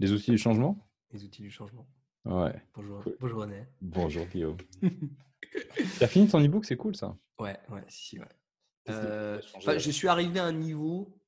Les outils du changement? Les outils du changement. Ouais. Bonjour, Cool. bonjour René. Bonjour Guillaume. T'as fini ton e-book, c'est cool ça. Ouais, si, ouais. Qu'est-ce qui a changé Enfin, là? je suis arrivé à un niveau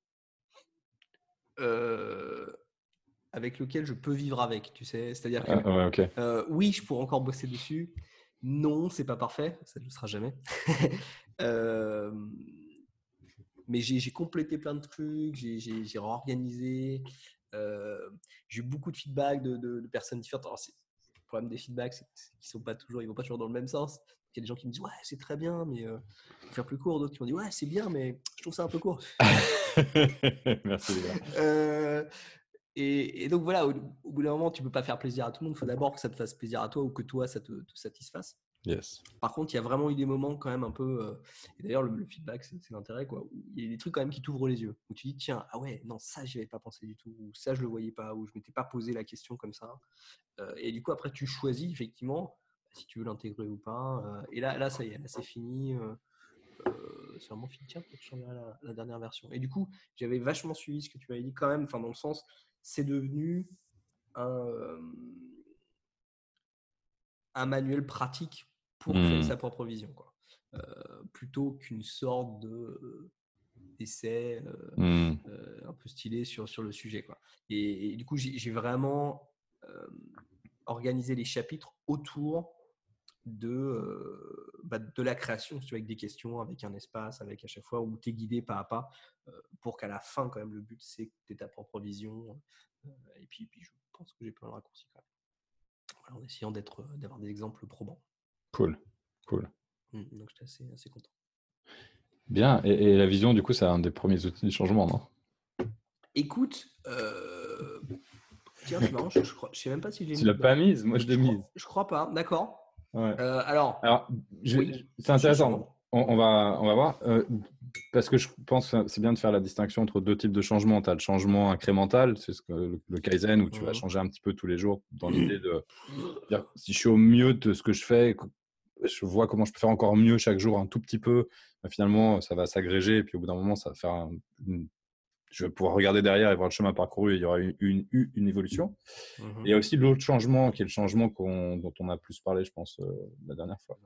euh, avec lequel je peux vivre avec, tu sais. C'est-à-dire que Ouais, ok. oui, je pourrais encore bosser dessus. Non, c'est pas parfait, ça ne le sera jamais. Euh, mais j'ai complété plein de trucs, j'ai réorganisé. euh, j'ai eu beaucoup de feedback de personnes différentes. Alors, le problème des feedbacks, c'est qu'ils vont pas toujours dans le même sens. Il y a des gens qui me disent ouais, c'est très bien, mais faut faire plus court. D'autres qui m'ont dit ouais, c'est bien, mais je trouve ça un peu court. Merci les gars. Euh, et donc voilà, au bout d'un moment, tu peux pas faire plaisir à tout le monde. Il faut d'abord que ça te fasse plaisir à toi ou que toi, ça te satisfasse. Yes. Par contre, il y a vraiment eu des moments quand même un peu. Et d'ailleurs, le feedback, c'est l'intérêt, quoi. Où il y a des trucs quand même qui t'ouvrent les yeux. Où tu dis, tiens, ah ouais, non, ça, j'y avais pas pensé du tout. Ou ça, je le voyais pas. Ou je m'étais pas posé la question comme ça. Et du coup, après, tu choisis effectivement si tu veux l'intégrer ou pas. Et là, ça y est, là, c'est fini. C'est vraiment fini. Tiens, peut-être que je t'enverrai la dernière version. Et du coup, j'avais vachement suivi ce que tu m'avais dit quand même. Enfin, dans le sens, c'est devenu un manuel pratique pour créer sa propre vision, quoi. Plutôt qu'une sorte d'essai un peu stylé sur le sujet, quoi. Et du coup, j'ai vraiment organisé les chapitres autour de la création, si tu veux, avec des questions, avec un espace, avec à chaque fois où tu es guidé pas à pas, pour qu'à la fin, quand même, le but, c'est que tu aies ta propre vision. Et puis, je pense que j'ai pas le raccourci, quand même. Voilà, en essayant d'avoir des exemples probants. Cool. Donc j'étais assez content. Bien. Et la vision, du coup, c'est un des premiers outils de changement, non? Écoute, tiens, c'est marrant, je sais même pas si j'ai Tu mis l'as pas dedans. mise? Moi, je l'ai mise. Je crois pas, d'accord. Ouais. Alors, Alors, oui, c'est si, intéressant. sûrement. On va voir. Parce que je pense que c'est bien de faire la distinction entre deux types de changements. Tu as le changement incrémental, c'est le Kaizen, où tu vas changer un petit peu tous les jours dans l'idée de dire si je suis au mieux de ce que je fais, je vois comment je peux faire encore mieux chaque jour un tout petit peu. Ben, finalement, ça va s'agréger et puis au bout d'un moment, ça va faire je vais pouvoir regarder derrière et voir le chemin parcouru et il y aura une évolution. Et il y a aussi l'autre changement qui est le changement dont on a plus parlé, je pense, la dernière fois.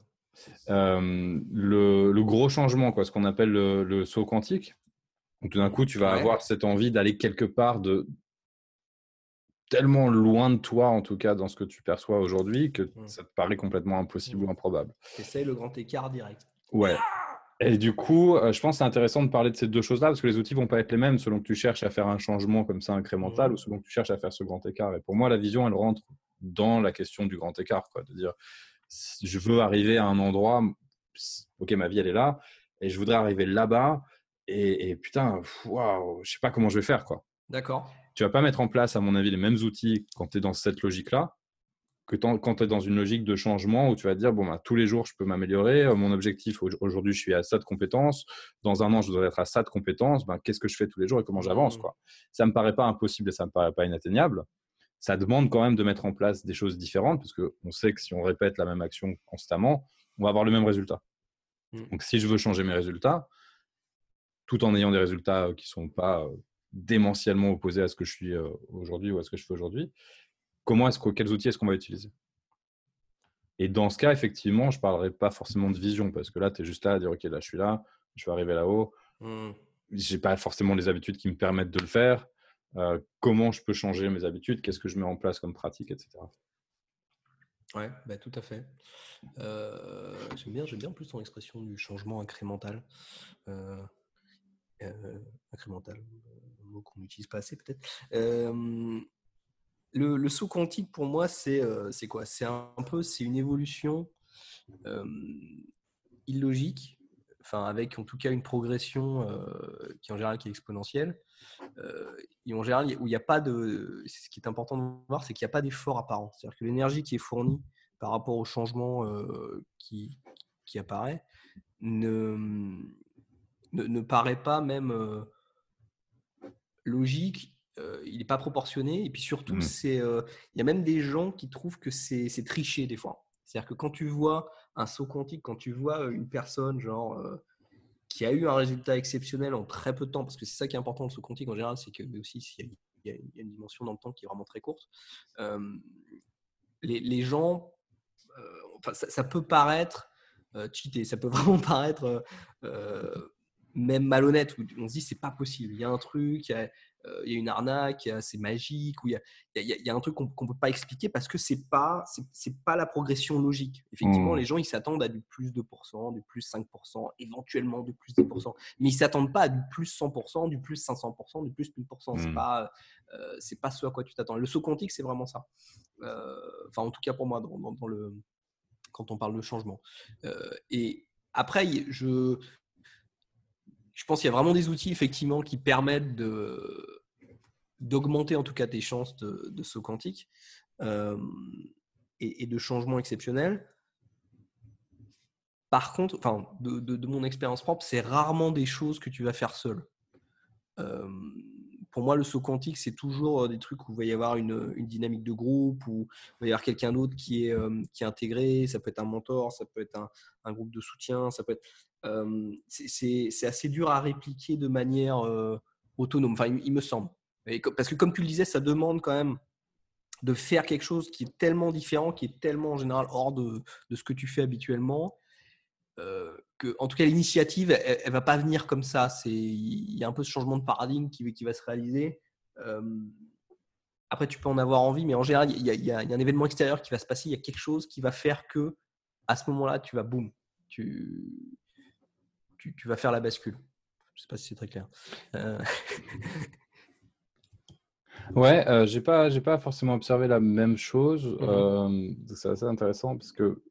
Le gros changement, quoi, ce qu'on appelle le saut quantique. Où tout d'un coup, tu vas avoir cette envie d'aller quelque part de tellement loin de toi, en tout cas dans ce que tu perçois aujourd'hui, que ça te paraît complètement impossible ou improbable. T'essayes le grand écart direct. Ouais. Et du coup, je pense que c'est intéressant de parler de ces deux choses-là parce que les outils vont pas être les mêmes selon que tu cherches à faire un changement comme ça incrémental ou selon que tu cherches à faire ce grand écart. Et pour moi, la vision, elle rentre dans la question du grand écart, quoi, de dire je veux arriver à un endroit, ok, ma vie elle est là, et je voudrais arriver là-bas, et putain, waouh, je sais pas comment je vais faire, quoi. D'accord. Tu vas pas mettre en place, à mon avis, les mêmes outils quand tu es dans cette logique-là que quand tu es dans une logique de changement où tu vas te dire, bon, bah, tous les jours, je peux m'améliorer. Mon objectif, aujourd'hui, je suis à ça de compétences. Dans un an, je voudrais être à ça de compétences. Ben, qu'est-ce que je fais tous les jours et comment j'avance, quoi. Ça me paraît pas impossible et ça me paraît pas inatteignable. Ça demande quand même de mettre en place des choses différentes parce qu'on sait que si on répète la même action constamment, on va avoir le même résultat. Donc, si je veux changer mes résultats, tout en ayant des résultats qui ne sont pas démentiellement opposés à ce que je suis aujourd'hui ou à ce que je fais aujourd'hui, quels outils est-ce qu'on va utiliser? Et dans ce cas, effectivement, je ne parlerai pas forcément de vision parce que là, tu es juste là à dire, OK, là, je suis là, je vais arriver là-haut. Je n'ai pas forcément les habitudes qui me permettent de le faire. Comment je peux changer mes habitudes? Qu'est-ce que je mets en place comme pratique, etc. Ouais, bah, tout à fait. J'aime bien plus ton expression du changement incrémental. Incrémental, un mot qu'on n'utilise pas assez peut-être. Le saut quantique pour moi, c'est quoi? C'est une évolution illogique, enfin avec en tout cas une progression qui en général qui est exponentielle. Et en général, où il n'y a pas de. Ce qui est important de voir, c'est qu'il n'y a pas d'effort apparent. C'est-à-dire que l'énergie qui est fournie par rapport au changement qui apparaît ne paraît pas même logique. Il n'est pas proportionné. Et puis surtout, il y a même des gens qui trouvent que c'est triché des fois. C'est-à-dire que quand tu vois un saut quantique, quand tu vois une personne genre qui a eu un résultat exceptionnel en très peu de temps, parce que c'est ça qui est important dans le saut quantique en général, c'est que aussi y a une dimension dans le temps qui est vraiment très courte. Les gens, enfin, ça peut paraître cheaté, ça peut vraiment paraître même malhonnête, où on se dit c'est pas possible, il y a un truc, il y a une arnaque, c'est magique, ou il y a un truc qu'on peut pas expliquer parce que c'est pas la progression logique. Effectivement, les gens ils s'attendent à du plus 2%, du plus 5%, éventuellement du plus 10%, mais ils s'attendent pas à du plus 100%, du plus 500%, du plus 1000%. C'est pas ce à quoi tu t'attends. Le saut quantique, c'est vraiment ça. Enfin, en tout cas pour moi, quand on parle de changement. Et après, je pense qu'il y a vraiment des outils effectivement qui permettent d'augmenter en tout cas tes chances de saut quantique et de changements exceptionnels. Par contre, enfin, de mon expérience propre, c'est rarement des choses que tu vas faire seul. Pour moi, le saut quantique, c'est toujours des trucs où il va y avoir une dynamique de groupe, où il va y avoir quelqu'un d'autre qui est intégré. Ça peut être un mentor, ça peut être un groupe de soutien, ça peut être. C'est assez dur à répliquer de manière autonome. Enfin, il me semble. Parce que comme tu le disais, ça demande quand même de faire quelque chose qui est tellement différent, qui est tellement en général hors de ce que tu fais habituellement. Que, en tout cas, l'initiative, elle va pas venir comme ça. Il y a un peu ce changement de paradigme qui va se réaliser. Après, tu peux en avoir envie, mais en général, il y a un événement extérieur qui va se passer. Il y a quelque chose qui va faire que, à ce moment-là, tu vas boum, tu vas faire la bascule. Je sais pas si c'est très clair. Ouais, j'ai pas forcément observé la même chose. C'est assez intéressant parce que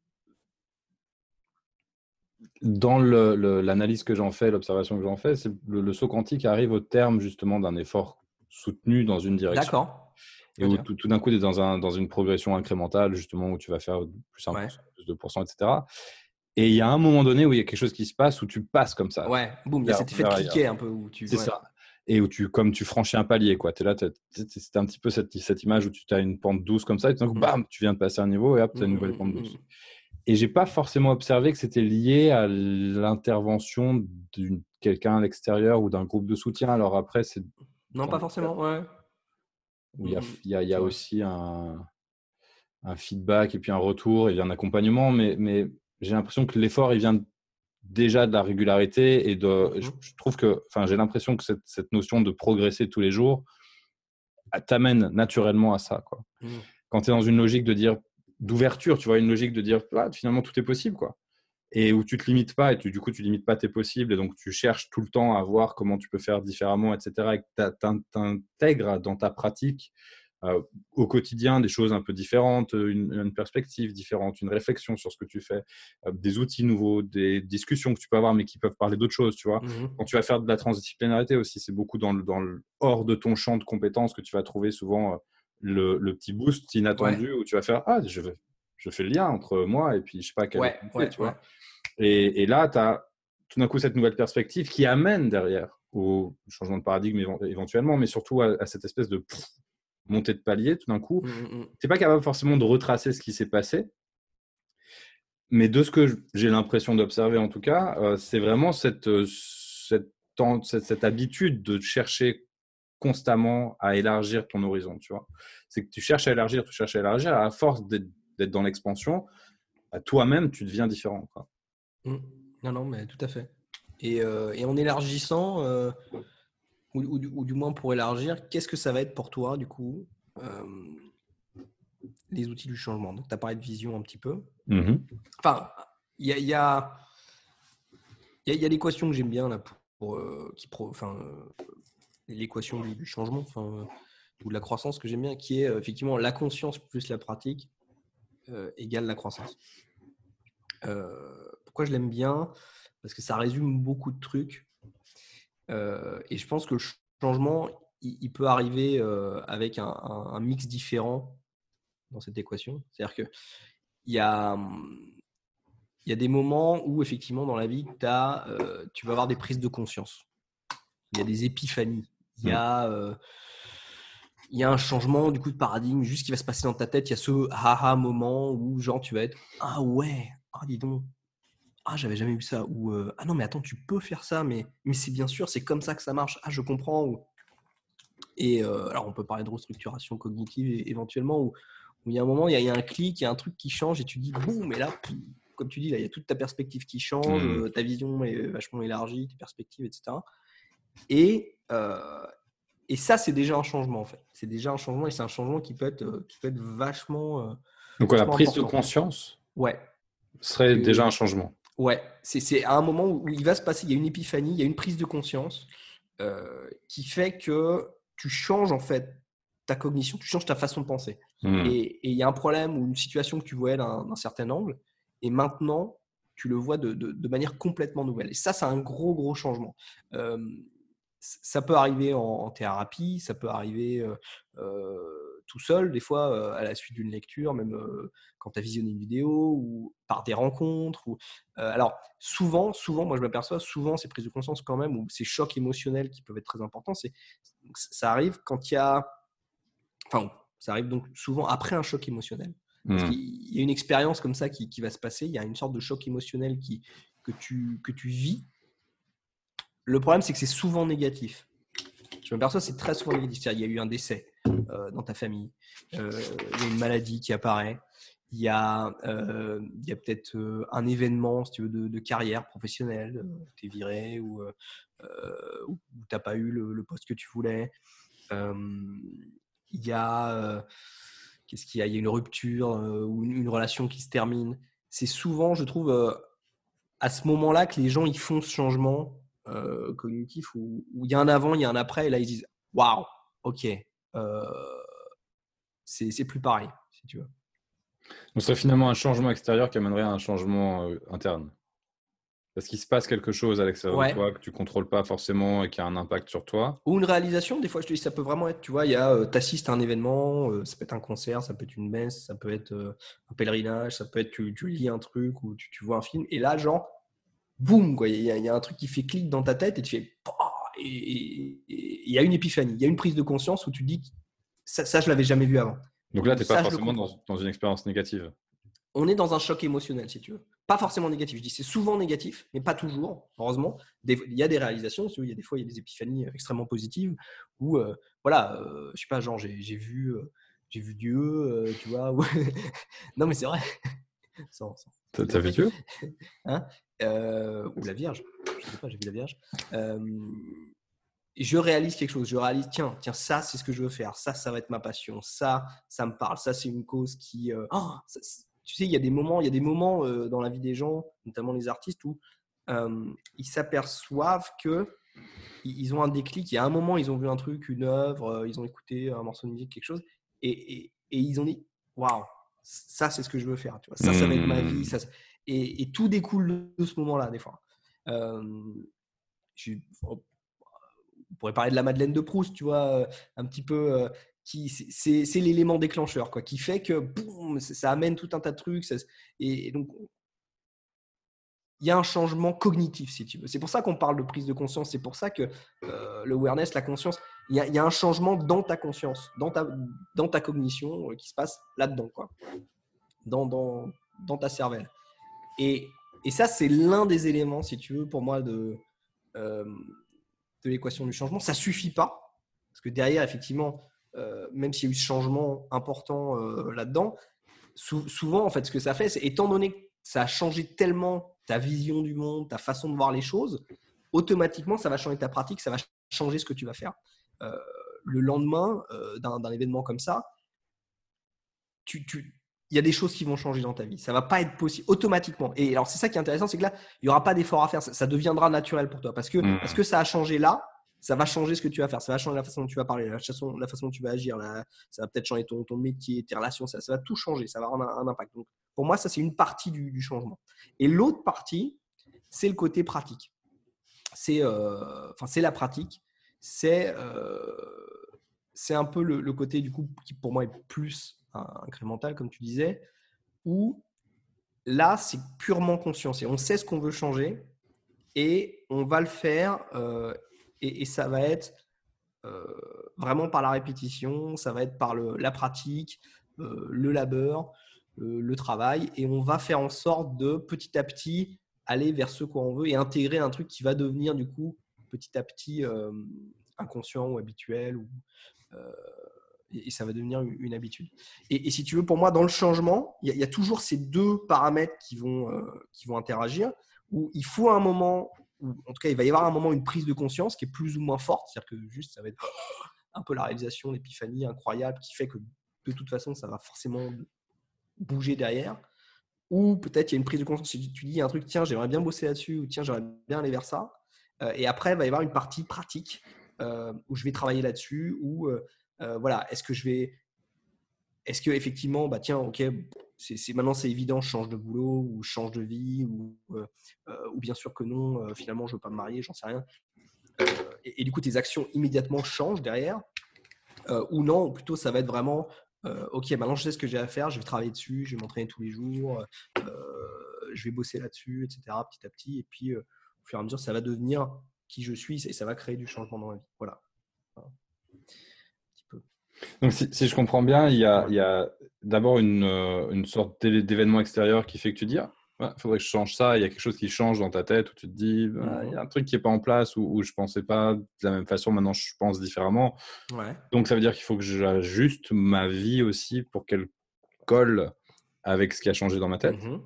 dans l'analyse que j'en fais, l'observation que j'en fais, c'est le saut quantique arrive au terme justement d'un effort soutenu dans une direction. D'accord. Et où tout d'un coup, tu es dans une progression incrémentale, justement, où tu vas faire plus 1%, plus 2%, etc. Et il y a un moment donné où il y a quelque chose qui se passe, où tu passes comme ça. Ouais, boum, il y a cet effet de cliquet un peu. C'est ça. Et où comme tu franchis un palier, quoi. Tu es là, c'est un petit peu cette image où tu as une pente douce comme ça, et tout d'un coup, bam, tu viens de passer un niveau, et hop, tu as une nouvelle pente douce. Et j'ai pas forcément observé que c'était lié à l'intervention de quelqu'un à l'extérieur ou d'un groupe de soutien. Alors après, c'est non, pas forcément, ouais. Où il y a aussi un feedback et puis un retour et un accompagnement, mais j'ai l'impression que l'effort, il vient déjà de la régularité et je trouve que, enfin, j'ai l'impression que cette notion de progresser tous les jours t'amène naturellement à ça, quoi. Quand tu es dans une logique d'ouverture, tu vois, une logique de dire, ah, finalement, tout est possible, quoi. Et où tu te limites pas, et du coup, tu limites pas tes possibles, et donc tu cherches tout le temps à voir comment tu peux faire différemment, etc. Et que tu intègres dans ta pratique au quotidien des choses un peu différentes, une perspective différente, une réflexion sur ce que tu fais, des outils nouveaux, des discussions que tu peux avoir, mais qui peuvent parler d'autres choses, tu vois. Quand tu vas faire de la transdisciplinarité aussi, c'est beaucoup dans le hors de ton champ de compétences que tu vas trouver souvent le petit boost inattendu où tu vas faire, ah, je fais le lien entre moi et puis je sais pas quelle activité, tu vois. Et là, tu as tout d'un coup cette nouvelle perspective qui amène derrière au changement de paradigme éventuellement, mais surtout à cette espèce de montée de palier. Tout d'un coup, tu n'es pas capable forcément de retracer ce qui s'est passé, mais de ce que j'ai l'impression d'observer en tout cas, c'est vraiment cette habitude de chercher constamment à élargir ton horizon, tu vois. C'est que tu cherches à élargir, à force d'être dans l'expansion, toi-même, tu deviens différent, quoi. Non, mais tout à fait. Et en élargissant, ou du moins pour élargir, qu'est-ce que ça va être pour toi, du coup, les outils du changement? Donc, tu as parlé de vision un petit peu. Enfin, il y a l'équation que j'aime bien, là, l'équation du changement, ou de la croissance que j'aime bien, qui est effectivement la conscience plus la pratique égale la croissance. Pourquoi je l'aime bien? Parce que ça résume beaucoup de trucs. Et je pense que le changement, il peut arriver avec un mix différent dans cette équation. C'est-à-dire qu'il y a des moments où, effectivement, dans la vie, tu vas avoir des prises de conscience. Il y a des épiphanies. Il y a un changement du coup de paradigme juste qui va se passer dans ta tête. Il y a ce haha moment où genre tu vas être ah ouais, ah dis donc, ah j'avais jamais vu ça, ou ah non mais attends tu peux faire ça, mais c'est bien sûr, c'est comme ça que ça marche, ah je comprends, Et alors, on peut parler de restructuration cognitive éventuellement, où il y a un moment, il y a un clic, il y a un truc qui change et tu dis boum, et là, comme tu dis, là, il y a toute ta perspective qui change, ta vision est vachement élargie, tes perspectives, etc. Et ça, c'est déjà un changement, en fait. C'est déjà un changement, et c'est un changement qui peut être vachement, Donc, la vachement prise de important. conscience Ouais. serait déjà un changement. Ouais, c'est à un moment où il va se passer, il y a une épiphanie, il y a une prise de conscience qui fait que tu changes en fait ta cognition, tu changes ta façon de penser. Et il y a un problème ou une situation que tu voyais d'un certain angle, et maintenant tu le vois de manière complètement nouvelle. Et ça, c'est un gros changement. Ça peut arriver en thérapie, ça peut arriver tout seul, des fois à la suite d'une lecture, même quand tu as visionné une vidéo ou par des rencontres. Alors, souvent, moi je m'aperçois, souvent ces prises de conscience quand même, ou ces chocs émotionnels qui peuvent être très importants, ça arrive quand il y a. Enfin, ça arrive donc souvent après un choc émotionnel. Parce qu'il y a une expérience comme ça qui va se passer, il y a une sorte de choc émotionnel que tu vis. Le problème, c'est que c'est souvent négatif. Je m'aperçois que c'est très souvent négatif. Il y a eu un décès dans ta famille, il y a une maladie qui apparaît, il y a peut-être un événement, si tu veux, de carrière professionnelle, tu es viré ou tu n'as pas eu le poste que tu voulais. Il y a qu'est-ce qu'il y a ? Il y a une rupture ou une relation qui se termine. C'est souvent, je trouve, à ce moment-là que les gens ils font ce changement cognitif où il y a un avant, il y a un après, et là ils disent waouh, ok, c'est plus pareil, si tu veux. Donc, ce serait finalement un changement extérieur qui amènerait à un changement interne. Parce qu'il se passe quelque chose à l'extérieur de Ouais. toi que tu ne contrôles pas forcément et qui a un impact sur toi. Ou une réalisation, des fois je te dis, ça peut vraiment être, tu vois, il y a, t'assistes à un événement, ça peut être un concert, ça peut être une messe, ça peut être un pèlerinage, ça peut être tu lis un truc ou tu vois un film, et là, genre, boum, quoi, il y a un truc qui fait clic dans ta tête et tu fais, et il y a une épiphanie, il y a une prise de conscience où tu te dis, ça je l'avais jamais vu avant. Donc là, Ou tu n'es pas ça, je le forcément comprends. dans une expérience négative. On est dans un choc émotionnel, si tu veux. Pas forcément négatif. Je dis c'est souvent négatif, mais pas toujours, heureusement. Il y a des réalisations, il y a des fois, il y a des épiphanies extrêmement positives où, voilà, je sais pas, genre, j'ai vu Dieu, tu vois. Non, mais c'est vrai. T'as vu Dieu? Hein, ou la Vierge. Je sais pas, j'ai vu la Vierge. Je réalise quelque chose. Je réalise, tiens, ça, c'est ce que je veux faire. Ça va être ma passion. Ça me parle. Ça, c'est une cause qui. Tu sais, il y a des moments dans la vie des gens, notamment les artistes, où ils s'aperçoivent que ils ont un déclic. Il y a un moment, ils ont vu un truc, une œuvre, ils ont écouté un morceau de musique, quelque chose, et ils ont dit, waouh, ça, c'est ce que je veux faire. Tu vois, ça va être ma vie. Et tout découle de ce moment-là, des fois. On pourrait parler de la Madeleine de Proust, tu vois, un petit peu, c'est l'élément déclencheur, quoi, qui fait que boum, ça amène tout un tas de trucs. Et donc, il y a un changement cognitif, si tu veux. C'est pour ça qu'on parle de prise de conscience. C'est pour ça que le awareness, la conscience, il y a un changement dans ta conscience, dans ta cognition qui se passe là-dedans, quoi, dans ta cervelle. Et ça, c'est l'un des éléments, si tu veux, pour moi, de l'équation du changement. Ça ne suffit pas, parce que derrière, effectivement, même s'il y a eu ce changement important là-dedans, souvent, en fait, ce que ça fait, c'est, étant donné que ça a changé tellement ta vision du monde, ta façon de voir les choses, automatiquement, ça va changer ta pratique, ça va changer ce que tu vas faire. Le lendemain d'un événement comme ça, il y a des choses qui vont changer dans ta vie. Ça ne va pas être possible automatiquement. Et alors, c'est ça qui est intéressant, c'est que là, il n'y aura pas d'effort à faire. Ça deviendra naturel pour toi. Parce que ça a changé là, ça va changer ce que tu vas faire. Ça va changer la façon dont tu vas parler, la façon dont tu vas agir. Ça va peut-être changer ton métier, tes relations. Ça va tout changer. Ça va avoir un impact. Donc, pour moi, ça, c'est une partie du changement. Et l'autre partie, c'est le côté pratique. C'est la pratique. C'est un peu le côté, du coup, qui pour moi est plus incrémental, comme tu disais, où là, c'est purement conscience et on sait ce qu'on veut changer et on va le faire et ça va être vraiment par la répétition, ça va être par la pratique, le labeur, le travail, et on va faire en sorte de petit à petit aller vers ce qu'on veut et intégrer un truc qui va devenir du coup petit à petit inconscient ou habituel, euh, et ça va devenir une habitude. Et si tu veux, pour moi, dans le changement, il y a toujours ces deux paramètres qui vont interagir, où il faut un moment, où, en tout cas, il va y avoir un moment, une prise de conscience qui est plus ou moins forte, c'est-à-dire que juste, ça va être un peu la réalisation, l'épiphanie incroyable qui fait que de toute façon, ça va forcément bouger derrière. Ou peut-être il y a une prise de conscience, tu dis un truc, tiens, j'aimerais bien bosser là-dessus, ou tiens, j'aimerais bien aller vers ça. Et après, il va y avoir une partie pratique où je vais travailler là-dessus, ou voilà, est-ce que effectivement, bah tiens, ok, maintenant c'est évident, je change de boulot ou je change de vie, ou bien sûr que non, finalement je veux pas me marier, j'en sais rien. Et du coup, tes actions immédiatement changent derrière, ou non, ou plutôt ça va être vraiment, ok, maintenant je sais ce que j'ai à faire, je vais travailler dessus, je vais m'entraîner tous les jours, je vais bosser là-dessus, etc. petit à petit, et puis au fur et à mesure, ça va devenir qui je suis et ça va créer du changement dans ma vie. Voilà. Un petit peu. Donc, si je comprends bien, il y a d'abord une sorte d'événement extérieur qui fait que tu dis, ah, ouais, faudrait que je change ça. Il y a quelque chose qui change dans ta tête où tu te dis, ah, il y a un truc qui n'est pas en place ou je pensais pas de la même façon. Maintenant, je pense différemment. Ouais. Donc, ça veut dire qu'il faut que j'ajuste ma vie aussi pour qu'elle colle avec ce qui a changé dans ma tête. Mhm.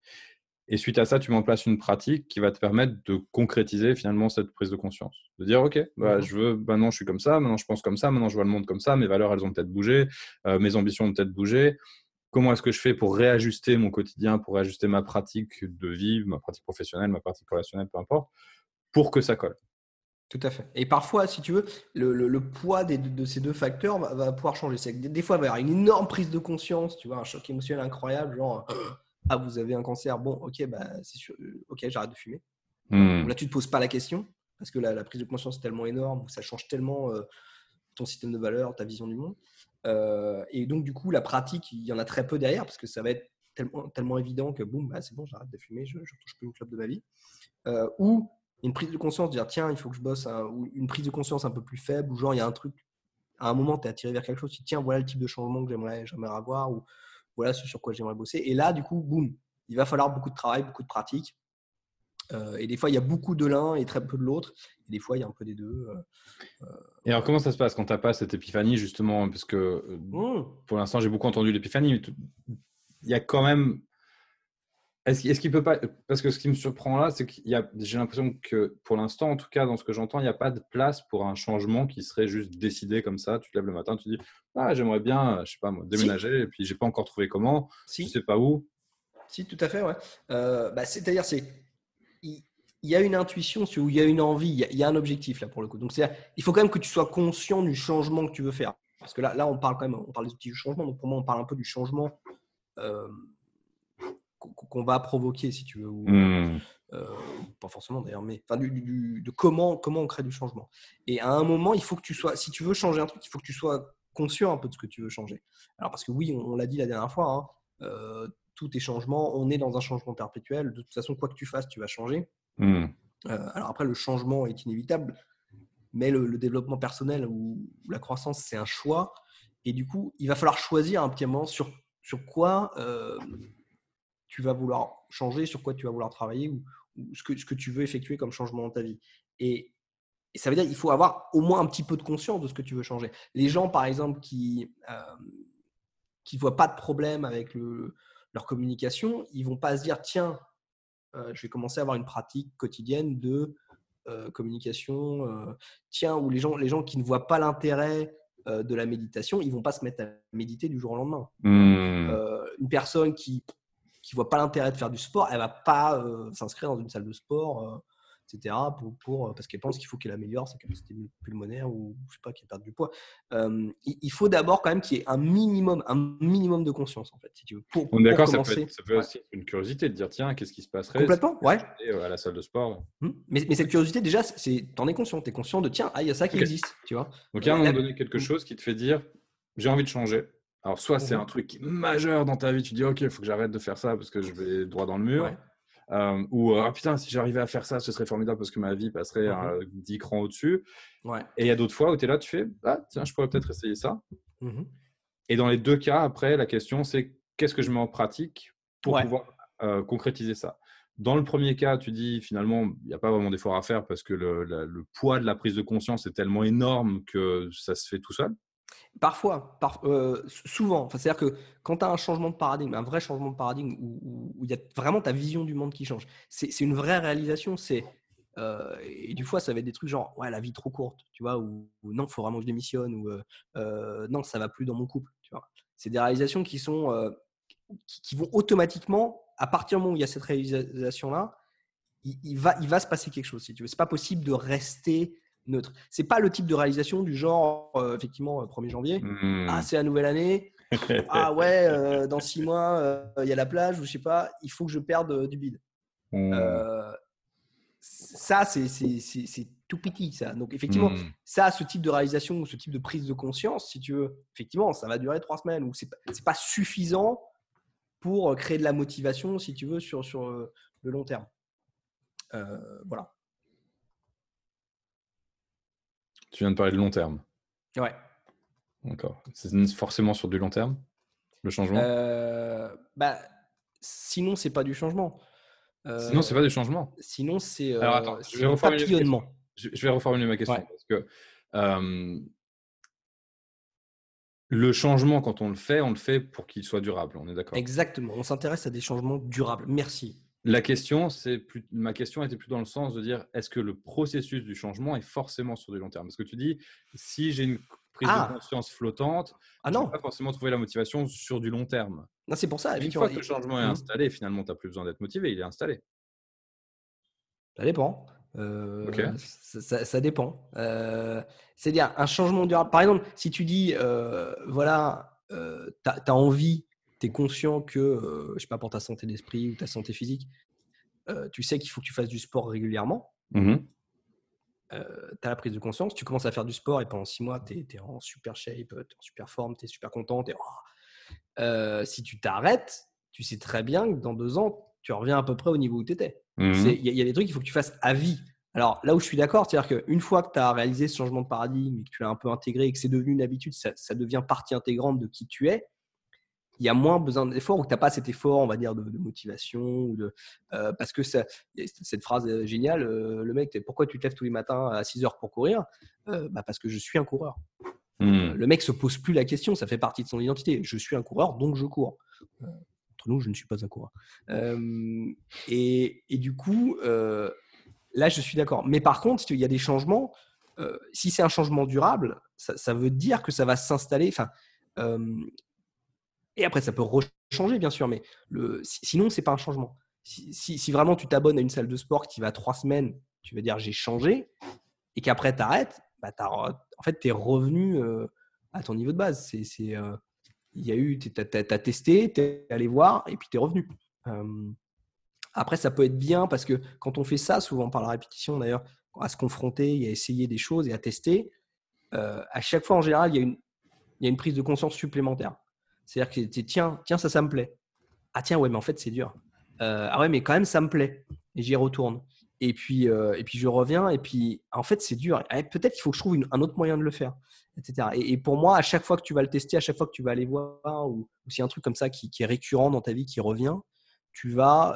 Et suite à ça, tu mets en place une pratique qui va te permettre de concrétiser finalement cette prise de conscience. De dire, OK, bah, Mhm. maintenant je suis comme ça, maintenant je pense comme ça, maintenant je vois le monde comme ça, mes valeurs, elles ont peut-être bougé, mes ambitions ont peut-être bougé. Comment est-ce que je fais pour réajuster mon quotidien, pour réajuster ma pratique de vie, ma pratique professionnelle, ma pratique relationnelle, peu importe, pour que ça colle. Tout à fait. Et parfois, si tu veux, le poids de ces deux facteurs va pouvoir changer. C'est que des fois, il va y avoir une énorme prise de conscience, tu vois, un choc émotionnel incroyable, genre, ah, vous avez un cancer, bon, ok, bah, c'est sûr, ok, j'arrête de fumer. Tu vois. Ou là, tu ne te poses pas la question, parce que la prise de conscience est tellement énorme, ça change tellement ton système de valeurs, ta vision du monde. Et donc, du coup, la pratique, il y en a très peu derrière, parce que ça va être tellement évident que, boum, bah, c'est bon, j'arrête de fumer, je ne retouche plus une clope de ma vie. Ou une prise de conscience, de dire tiens, il faut que je bosse, ou une prise de conscience un peu plus faible, ou genre il y a un truc, à un moment, tu es attiré vers quelque chose, tu dis tiens, voilà le type de changement que j'aimerais avoir, ou voilà ce sur quoi j'aimerais bosser. Et là, du coup, boum, il va falloir beaucoup de travail, beaucoup de pratique. Et des fois, il y a beaucoup de l'un et très peu de l'autre. Et des fois, il y a un peu des deux. Et alors, comment ça se passe quand tu n'as pas cette épiphanie, justement? Parce que pour l'instant, j'ai beaucoup entendu l'épiphanie, mais il y a quand même. Est-ce qu'il peut pas. Parce que ce qui me surprend là, c'est que j'ai l'impression que pour l'instant, en tout cas, dans ce que j'entends, il n'y a pas de place pour un changement qui serait juste décidé comme ça. Tu te lèves le matin, tu dis, ah, j'aimerais bien, je sais pas moi, Si, déménager, et puis j'ai pas encore trouvé comment, je si, sais pas où. si, tout à fait, ouais. Bah, c'est-à-dire, il, il y a une intuition, ou il y a une envie, il y a un objectif là pour le coup. Donc, il faut quand même que tu sois conscient du changement que tu veux faire. Parce que là on parle quand même, on parle des outils du changement. Donc, pour moi, on parle un peu du changement euh, qu'on va provoquer, si tu veux, ou pas forcément d'ailleurs, mais enfin, de comment on crée du changement. Et à un moment, il faut que tu sois, si tu veux changer un truc, il faut que tu sois conscient un peu de ce que tu veux changer. Alors, parce que oui, on l'a dit la dernière fois, hein, tout est changement, on est dans un changement perpétuel. De toute façon, quoi que tu fasses, tu vas changer. Alors après, le changement est inévitable, mais le développement personnel ou la croissance, c'est un choix. Et du coup, il va falloir choisir un petit moment sur quoi tu vas vouloir changer, sur quoi tu vas vouloir travailler, ou ce que tu veux effectuer comme changement dans ta vie. Et ça veut dire qu'il faut avoir au moins un petit peu de conscience de ce que tu veux changer. Les gens, par exemple, qui ne voient pas de problème avec leur communication, ils ne vont pas se dire, tiens, je vais commencer à avoir une pratique quotidienne de communication. Tiens, ou les gens qui ne voient pas l'intérêt de la méditation, ils ne vont pas se mettre à méditer du jour au lendemain. Une personne qui voit pas l'intérêt de faire du sport, elle va pas s'inscrire dans une salle de sport, etc. Parce qu'elle pense qu'il faut qu'elle améliore sa capacité pulmonaire, ou je sais pas, qu'elle perde du poids. Il faut d'abord quand même qu'il y ait un minimum de conscience, en fait, si tu veux, On est d'accord, commencer. ça peut Ouais. aussi être une curiosité de dire, tiens, qu'est-ce qui se passerait si Complètement, ouais. j'allais à la salle de sport? Mais cette curiosité, déjà, t'en es conscient. Tu es conscient de, tiens, il y a ça qui Ok. existe, tu vois. Donc, il y a à un moment donné quelque chose qui te fait dire, j'ai envie de changer. Alors, soit c'est un truc qui est majeur dans ta vie, tu dis, OK, il faut que j'arrête de faire ça parce que je vais droit dans le mur. Ouais. Ou, ah putain, si j'arrivais à faire ça, ce serait formidable parce que ma vie passerait 10 crans au-dessus. Ouais. Et il y a d'autres fois où tu es là, tu fais, ah tiens, je pourrais peut-être essayer ça. Mhm. Et dans les deux cas, après, la question, c'est qu'est-ce que je mets en pratique pour Ouais. pouvoir concrétiser ça? Dans le premier cas, tu dis finalement, il n'y a pas vraiment d'effort à faire parce que le poids de la prise de conscience est tellement énorme que ça se fait tout seul. Parfois, souvent, enfin, c'est-à-dire que quand tu as un changement de paradigme, un vrai changement de paradigme où il y a vraiment ta vision du monde qui change, c'est une vraie réalisation. Et du fois, ça va être des trucs genre, ouais, la vie est trop courte, tu vois, ou non, il faut vraiment que je démissionne, ou non, ça va plus dans mon couple, tu vois. C'est des réalisations qui vont automatiquement, à partir du moment où il y a cette réalisation-là, il va se passer quelque chose, si tu veux. C'est pas possible de rester neutre. C'est pas le type de réalisation du genre, effectivement, 1er janvier, ah, c'est la nouvelle année, ah ouais, dans 6 mois, il y a la plage, ou je sais pas, il faut que je perde du bide. Hmm. Ça, c'est tout petit, ça. Donc, effectivement, Hmm. ça, ce type de réalisation ou ce type de prise de conscience, si tu veux, effectivement, ça va durer 3 semaines, ou c'est pas suffisant pour créer de la motivation, si tu veux, sur le long terme. Voilà. Tu viens de parler de long terme. Ouais. D'accord. C'est forcément sur du long terme, le changement? Bah, sinon, c'est pas du changement. Sinon, c'est pas du changement. Sinon, c'est Alors attends, je vais du reformuler ma question. papillonnement. Je vais reformuler ma question Ouais, parce que le changement, quand on le fait pour qu'il soit durable. On est d'accord? exactement. On s'intéresse à des changements durables. Merci. Ma question était plus dans le sens de dire, est-ce que le processus du changement est forcément sur du long terme? Parce que tu dis, si j'ai une prise de Ah, conscience flottante, ah je ne non. vais pas forcément trouver la motivation sur du long terme. Non, c'est pour ça, Une effectivement. fois que le changement est Mhm. installé, finalement, tu n'as plus besoin d'être motivé, il est installé. Ça dépend. OK. Ça dépend. C'est-à-dire un changement durable. Par exemple, si tu dis, voilà, tu as envie, tu es conscient que, je sais pas, pour ta santé d'esprit ou ta santé physique, tu sais qu'il faut que tu fasses du sport régulièrement. Mmh. Tu as la prise de conscience, tu commences à faire du sport et pendant 6 mois, tu es en super shape, tu es en super forme, tu es super content. Si tu t'arrêtes, tu sais très bien que dans 2 ans, tu reviens à peu près au niveau où tu étais. Mmh. Il y a des trucs qu'il faut que tu fasses à vie. Alors là où je suis d'accord, c'est-à-dire qu'une fois que tu as réalisé ce changement de paradigme et que tu l'as un peu intégré et que c'est devenu une habitude, ça devient partie intégrante de qui tu es, il y a moins besoin d'effort ou que tu n'as pas cet effort, on va dire, de motivation. Parce que il y a cette phrase géniale, le mec, pourquoi tu te lèves tous les matins à 6 heures pour courir? Parce que je suis un coureur. Mmh. Le mec se pose plus la question, ça fait partie de son identité. Je suis un coureur, donc je cours. Entre nous, je ne suis pas un coureur. Et du coup, là, je suis d'accord. Mais par contre, il y a des changements. Si c'est un changement durable, ça veut dire que ça va s'installer. Enfin, et après, ça peut changer, bien sûr, mais sinon, c'est pas un changement. Si vraiment tu t'abonnes à une salle de sport qui va 3 semaines, tu vas dire j'ai changé, et qu'après tu arrêtes, bah, en fait, tu es revenu à ton niveau de base. Il y a eu, tu as testé, tu es allé voir, et puis tu es revenu. Après, ça peut être bien parce que quand on fait ça, souvent par la répétition d'ailleurs, à se confronter et à essayer des choses et à tester, à chaque fois, en général, il y a une prise de conscience supplémentaire. C'est-à-dire que tiens, ça me plaît. Ah tiens, ouais, mais en fait, c'est dur. Ah ouais, mais quand même, ça me plaît. Et j'y retourne. Et puis je reviens. Et puis, en fait, c'est dur. Peut-être qu'il faut que je trouve un autre moyen de le faire, etc. Et pour moi, à chaque fois que tu vas le tester, à chaque fois que tu vas aller voir, ou s'il y a un truc comme ça qui est récurrent dans ta vie, qui revient, tu vas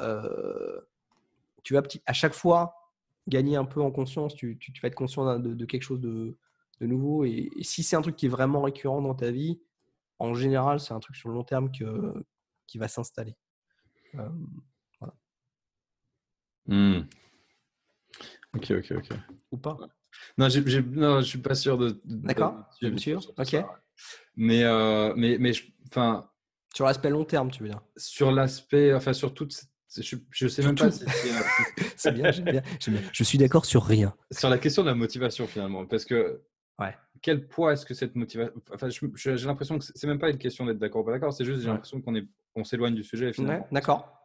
à chaque fois gagner un peu en conscience. Tu vas être conscient de quelque chose de nouveau. Et si c'est un truc qui est vraiment récurrent dans ta vie, en général, c'est un truc sur le long terme qui va s'installer. Voilà. Mmh. OK. Ou pas? Non, non, je suis pas sûr d'aller D'accord? Même dessus sûr? sur tout Ok. ça. Mais enfin, Sur l'aspect long terme, tu veux dire? sur l'aspect, enfin sur toute je sais Sur même pas tout. si c'est C'est bien, j'aime bien. Je suis d'accord sur rien. sur la question de la motivation finalement, parce que Ouais. quel poids est-ce que cette motivation, enfin j'ai l'impression que c'est même pas une question d'être d'accord ou pas d'accord, c'est juste j'ai Ouais. l'impression qu'on s'éloigne du sujet Ouais, finalement. d'accord.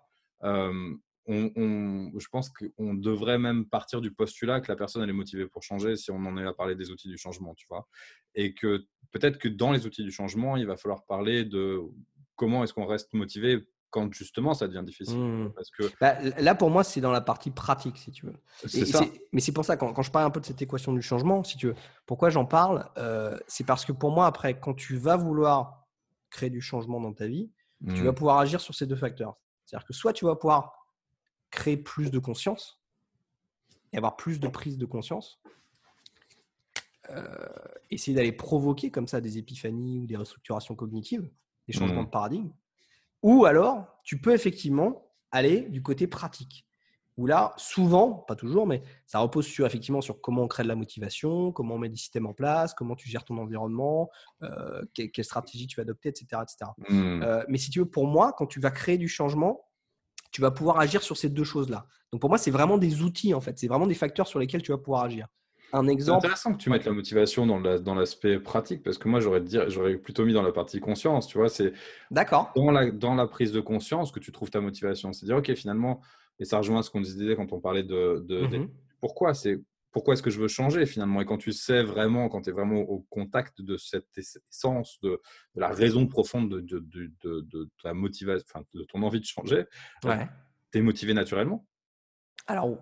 Je pense qu'on devrait même partir du postulat que la personne elle est motivée pour changer si on en est à parler des outils du changement, tu vois. Et que peut-être que dans les outils du changement, il va falloir parler de comment est-ce qu'on reste motivé quand justement ça devient difficile. Mmh. Parce que Bah, là, pour moi, c'est dans la partie pratique, si tu veux. c'est ça. Mais c'est pour ça, quand je parle un peu de cette équation du changement, si tu veux, pourquoi j'en parle, c'est parce que pour moi, après, quand tu vas vouloir créer du changement dans ta vie, tu vas Mmh. pouvoir agir sur ces 2 facteurs. C'est-à-dire que soit tu vas pouvoir créer plus de conscience et avoir plus de prise de conscience, essayer d'aller provoquer comme ça des épiphanies ou des restructurations cognitives, des changements de paradigme. Ou alors, tu peux effectivement aller du côté pratique, où là, souvent, pas toujours, mais ça repose effectivement sur comment on crée de la motivation, comment on met des systèmes en place, comment tu gères ton environnement, quelle stratégie tu vas adopter, etc. etc. Mais si tu veux, pour moi, quand tu vas créer du changement, tu vas pouvoir agir sur ces deux choses-là. Donc pour moi, c'est vraiment des outils, en fait. C'est vraiment des facteurs sur lesquels tu vas pouvoir agir. Un C'est exemple. intéressant que tu mettes la motivation dans l'aspect pratique, parce que moi, j'aurais plutôt mis dans la partie conscience, tu vois, c'est D'accord. dans la prise de conscience que tu trouves ta motivation. C'est dire, OK, finalement, et ça rejoint ce qu'on disait quand on parlait pourquoi, pourquoi est-ce que je veux changer finalement. Et quand tu sais vraiment, quand tu es vraiment au contact de cette essence, de la raison profonde de ta motivation, enfin, de ton envie de changer, Ouais. tu es motivé naturellement. Alors,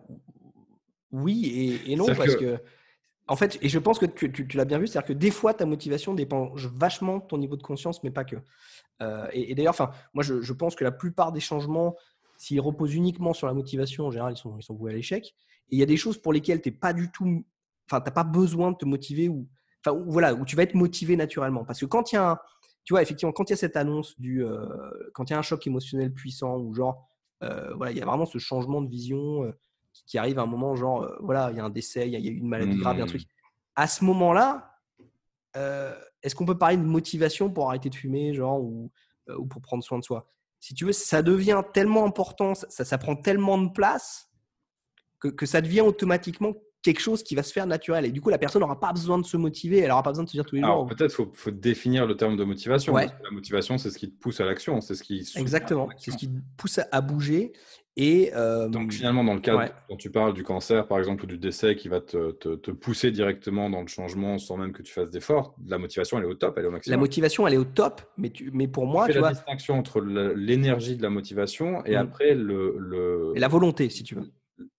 oui et non, C'est-à-dire parce que, que, en fait, et je pense que tu l'as bien vu, c'est-à-dire que des fois, ta motivation dépend vachement de ton niveau de conscience, mais pas que. Et d'ailleurs, moi, je pense que la plupart des changements, s'ils reposent uniquement sur la motivation, en général, ils sont voués à l'échec. Et il y a des choses pour lesquelles tu n'es pas du tout, enfin, tu n'as pas besoin de te motiver voilà, où tu vas être motivé naturellement. Parce que quand il y a tu vois, effectivement, quand il y a cette annonce quand il y a un choc émotionnel puissant ou genre, voilà, il y a vraiment ce changement de vision qui arrive à un moment, genre, voilà, il y a un décès, il y a eu une maladie grave, il y a un truc. À ce moment-là, est-ce qu'on peut parler de motivation pour arrêter de fumer, genre, ou pour prendre soin de soi? Si tu veux, ça devient tellement important, ça prend tellement de place que ça devient automatiquement quelque chose qui va se faire naturel. Et du coup, la personne n'aura pas besoin de se motiver, elle n'aura pas besoin de se dire tous les alors jours. peut-être faut définir le terme de motivation, Ouais, parce que la motivation, c'est ce qui te pousse à l'action, c'est ce qui soutient ton exactement. C'est ce action. qui pousse à bouger. Et Donc finalement, dans le cadre, ouais. quand tu parles du cancer, par exemple, ou du décès qui va te pousser directement dans le changement sans même que tu fasses d'efforts, la motivation, elle est au top, elle est au La maximum. motivation, elle est au top, mais pour Tu moi, fais tu la vois, distinction entre l'énergie de la motivation et après et la volonté, si tu veux.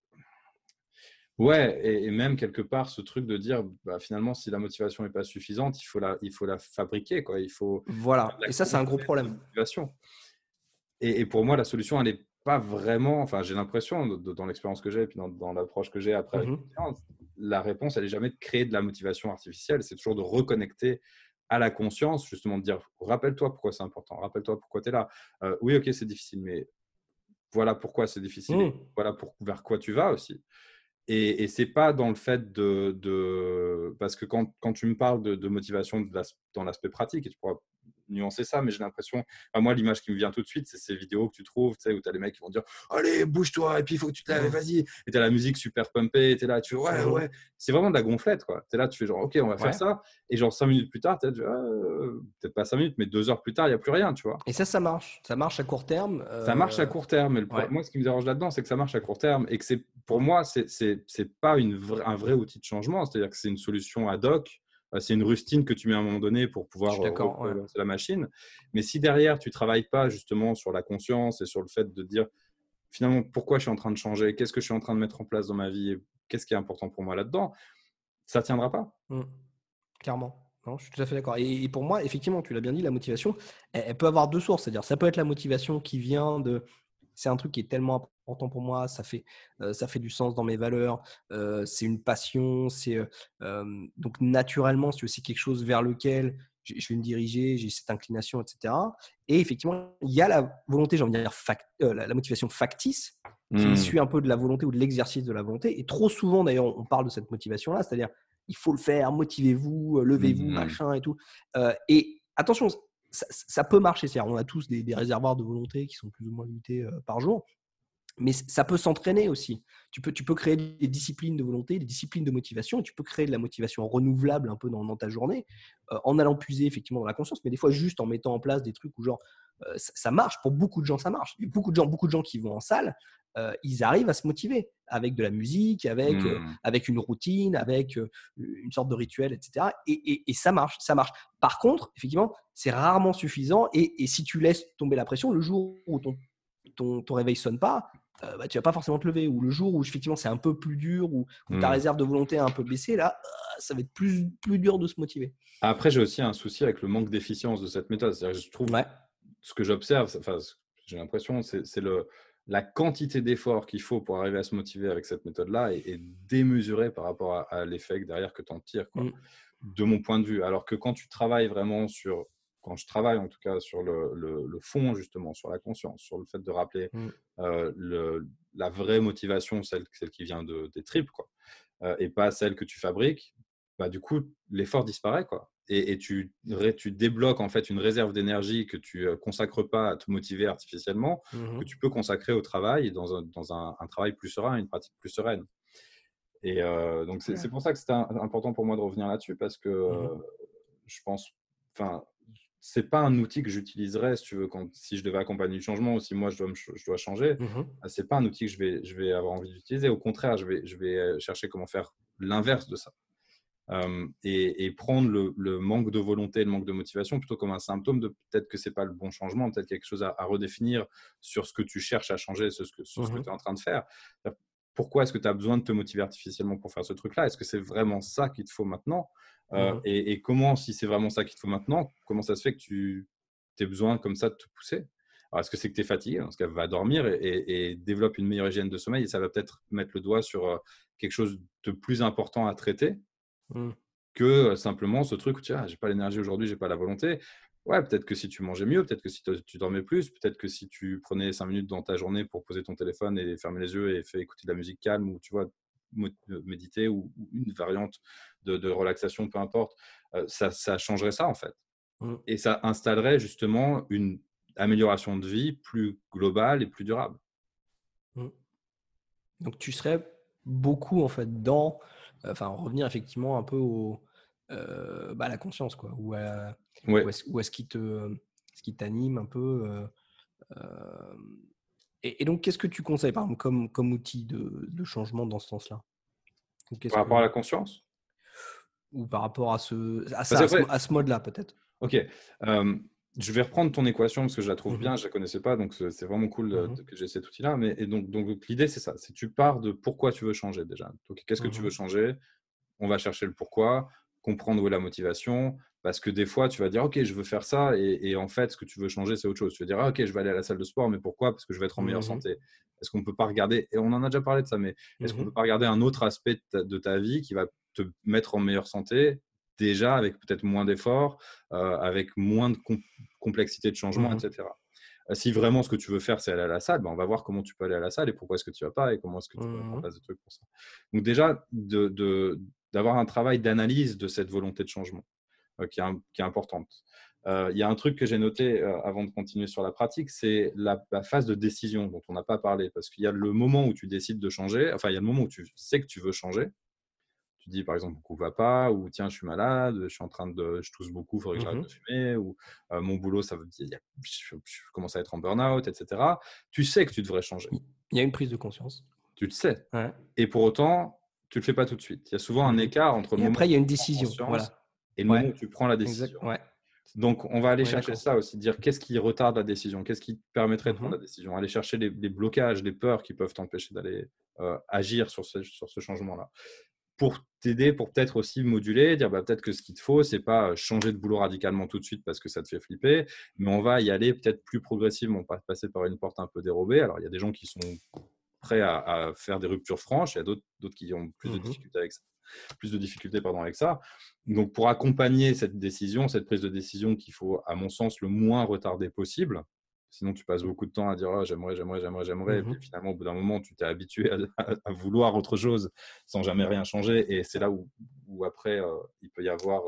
Ouais, et même quelque part, ce truc de dire, bah, finalement, si la motivation n'est pas suffisante, il faut la fabriquer, quoi. Il faut faire Voilà. de la Et ça, c'est un gros construire de problème. motivation. Et pour moi, la solution, elle n'est pas vraiment, enfin, j'ai l'impression, dans l'expérience que j'ai et puis dans l'approche que j'ai après avec les Mhm. clients, la réponse, elle n'est jamais de créer de la motivation artificielle, c'est toujours de reconnecter à la conscience, justement de dire, rappelle-toi pourquoi c'est important, rappelle-toi pourquoi tu es là. Oui, ok, c'est difficile, mais voilà pourquoi c'est difficile et Mhm. voilà vers quoi tu vas aussi. Et c'est pas dans le fait parce que quand tu me parles de motivation dans l'aspect pratique, et tu pourras nuancer ça, mais j'ai l'impression, enfin, moi, l'image qui me vient tout de suite, c'est ces vidéos que tu trouves, tu sais, où tu as les mecs qui vont dire allez, bouge-toi, et puis il faut que tu te lèves, Mhm. vas-y. Et tu as la musique super pumpée, tu es là, tu fais ouais, Mhm. ouais. C'est vraiment de la gonflette, quoi. Tu es là, tu fais genre ok, on va faire Ouais. ça. Et genre 5 minutes plus tard, tu es là, peut-être pas 5 minutes, mais 2 heures plus tard, il n'y a plus rien, tu vois. Et ça marche. Ça marche à court terme. Ça marche à court terme, mais Ouais. moi, ce qui me dérange là-dedans, c'est que ça marche à court terme et que pour moi, c'est pas un vrai outil de changement. C'est-à-dire que c'est une solution ad hoc, c'est une rustine que tu mets à un moment donné pour Je pouvoir suis d'accord. Ouais. relancer la machine. Mais si derrière, tu travailles pas justement sur la conscience et sur le fait de dire finalement pourquoi je suis en train de changer, qu'est-ce que je suis en train de mettre en place dans ma vie, et qu'est-ce qui est important pour moi là-dedans, ça tiendra pas. Mm. Clairement. Non, je suis tout à fait d'accord. Et pour moi, effectivement, tu l'as bien dit, la motivation, elle peut avoir deux sources. C'est-à-dire, ça peut être la motivation qui vient de c'est un truc qui est tellement important pour moi, ça fait du sens dans mes valeurs, c'est une passion, donc naturellement, c'est aussi quelque chose vers lequel je vais me diriger, j'ai cette inclination, etc. Et effectivement, il y a la volonté, j'ai envie de dire, la motivation factice, qui est Hmm. issue un peu de la volonté ou de l'exercice de la volonté. Et trop souvent, d'ailleurs, on parle de cette motivation-là, c'est-à-dire, il faut le faire, motivez-vous, levez-vous, Hmm. machin et tout. Et attention, ça peut marcher. C'est-à-dire, on a tous des réservoirs de volonté qui sont plus ou moins limités par jour. Mais ça peut s'entraîner aussi. Tu peux créer des disciplines de volonté, des disciplines de motivation, et tu peux créer de la motivation renouvelable un peu dans ta journée, en allant puiser effectivement dans la conscience, mais des fois juste en mettant en place des trucs où genre, ça marche. Pour beaucoup de gens, ça marche. Il y a beaucoup de gens qui vont en salle, ils arrivent à se motiver avec de la musique, Hmm. avec une routine, avec une sorte de rituel, etc. Et ça marche, ça marche. Par contre, effectivement, c'est rarement suffisant. Et si tu laisses tomber la pression, le jour où ton réveil sonne pas, bah, tu vas pas forcément te lever. Ou le jour où effectivement c'est un peu plus dur, où ta Hmm. réserve de volonté a un peu baissé, là, ça va être plus dur de se motiver. Après, j'ai aussi un souci avec le manque d'efficience de cette méthode. C'est-à-dire que je trouve Ouais. ce que j'observe, enfin, j'ai l'impression, c'est la quantité d'efforts qu'il faut pour arriver à se motiver avec cette méthode-là est démesurée par rapport à l'effet derrière que tu en tires, quoi, Mmh. de mon point de vue. Alors que quand tu travailles vraiment quand je travaille en tout cas sur le fond, justement, sur la conscience, sur le fait de rappeler Mmh. la vraie motivation, celle qui vient des tripes, quoi, et pas celle que tu fabriques, bah, du coup, l'effort disparaît, quoi. Et tu débloques en fait une réserve d'énergie que tu ne consacres pas à te motiver artificiellement, que Mmh. tu peux consacrer au travail, dans un travail plus serein, une pratique plus sereine. Et donc, c'est Ouais. pour ça que c'était important pour moi de revenir là-dessus, parce que Mmh. je pense, enfin, c'est pas un outil que j'utiliserais, si tu veux, si je devais accompagner du changement ou si moi je dois changer. Mmh. C'est pas un outil que je vais avoir envie d'utiliser. Au contraire, je vais chercher comment faire l'inverse de ça. Et prendre le manque de volonté, le manque de motivation plutôt comme un symptôme de peut-être que c'est pas le bon changement, peut-être quelque chose à redéfinir sur ce que tu cherches à changer, sur ce que Mmh. tu es en train de faire. Pourquoi est-ce que tu as besoin de te motiver artificiellement pour faire ce truc-là? Est-ce que c'est vraiment ça qu'il te faut maintenant? Mmh. Et comment, si c'est vraiment ça qu'il te faut maintenant, comment ça se fait que tu aies besoin comme ça de te pousser? Alors, est-ce que c'est que tu es fatigué? Parce qu'elle va dormir et développe une meilleure hygiène de sommeil et ça va peut-être mettre le doigt sur quelque chose de plus important à traiter Mmh. que simplement ce truc où tu dis: «Ah, j'ai pas l'énergie aujourd'hui, j'ai pas la volonté». Ouais, peut-être que si tu mangeais mieux, peut-être que si tu dormais plus, peut-être que si tu prenais 5 minutes dans ta journée pour poser ton téléphone et fermer les yeux et faire écouter de la musique calme ou tu vois, méditer ou une variante de relaxation, peu importe, ça changerait ça, en fait. Mmh. Et ça installerait justement une amélioration de vie plus globale et plus durable. Mmh. Donc tu serais beaucoup en fait dans, enfin revenir effectivement un peu au, à la conscience quoi, Ouais. ou à ce qui t'anime un peu, hem et donc qu'est-ce que tu conseilles par exemple comme outil de changement dans ce sens-là? Ou qu'est-ce Par rapport à que la conscience? ou par rapport à ce à Parce ça, qu'après à ce mode-là peut-être? OK. Je vais reprendre ton équation parce que je la trouve Mmh. bien, je la connaissais pas, donc c'est vraiment cool, Mmh mh. que j'ai cet outil-là. Mais et donc l'idée, c'est ça, c'est tu pars de pourquoi tu veux changer déjà. Donc qu'est-ce que tu veux Mmh. changer? On va chercher le pourquoi, comprendre où est la motivation, parce que des fois, tu vas dire: «OK, je veux faire ça» et en fait, ce que tu veux changer, c'est autre chose. Tu vas dire: «Ah OK, je vais aller à la salle de sport, mais pourquoi? Parce que je vais être en meilleure Mmh. santé». Est-ce qu'on peut pas regarder et on en a déjà parlé de ça, mais est-ce qu'on Mmh. peut pas regarder un autre aspect de ta vie qui va te mettre en meilleure santé, déjà avec peut-être moins d'efforts, avec moins de complexité de changement et Mmh. cetera? Si vraiment ce que tu veux faire, c'est aller à la salle, ben, on va voir comment tu peux aller à la salle et pourquoi est-ce que tu y vas pas et comment est-ce que tu peux mettre en Mmh. place des trucs pour ça. Donc déjà, d'avoir un travail d'analyse de cette volonté de changement qui est importante. Il y a un truc que j'ai noté avant de continuer sur la pratique, c'est la phase de décision dont on n'a pas parlé. Parce qu'il y a le moment où tu décides de changer, enfin, il y a le moment où tu sais que tu veux changer. Tu dis par exemple, mon cou va pas, ou tiens, je suis malade, je tousse beaucoup, il faudrait que j'arrête Mmh. de fumer, ou mon boulot, ça veut dire, je commence à être en burn-out, etc. Tu sais que tu devrais changer. Il y a une prise de conscience. Tu le sais. Ouais. Et pour autant, tu le fais pas tout de suite. Il y a souvent un Mmh. écart entre le Et moment après où il y a tu une prends décision, conscience voilà. et le Ouais, moment où tu prends la exact, décision. ouais. Donc, on va aller On est chercher d'accord. ça aussi, dire qu'est-ce qui retarde la décision? Qu'est-ce qui te permettrait de Mmh. prendre la décision? Aller chercher les blocages, les peurs qui peuvent t'empêcher d'aller agir sur ce changement-là. Pour t'aider, pour peut-être aussi moduler, dire bah, peut-être que ce qu'il te faut, c'est pas changer de boulot radicalement tout de suite parce que ça te fait flipper, mais on va y aller peut-être plus progressivement, pas passer par une porte un peu dérobée. Alors, il y a des gens qui sont prêts à faire des ruptures franches, il y a d'autres qui ont plus de Mmh. difficultés avec ça avec ça. Donc, pour accompagner cette décision, cette prise de décision qu'il faut, à mon sens, le moins retarder possible, sinon tu passes beaucoup de temps à dire oh, j'aimerais, j'aimerais, j'aimerais, j'aimerais, et puis Mmh. finalement, au bout d'un moment, tu t'es habitué à vouloir autre chose sans jamais rien changer, et c'est là où après, il peut y avoir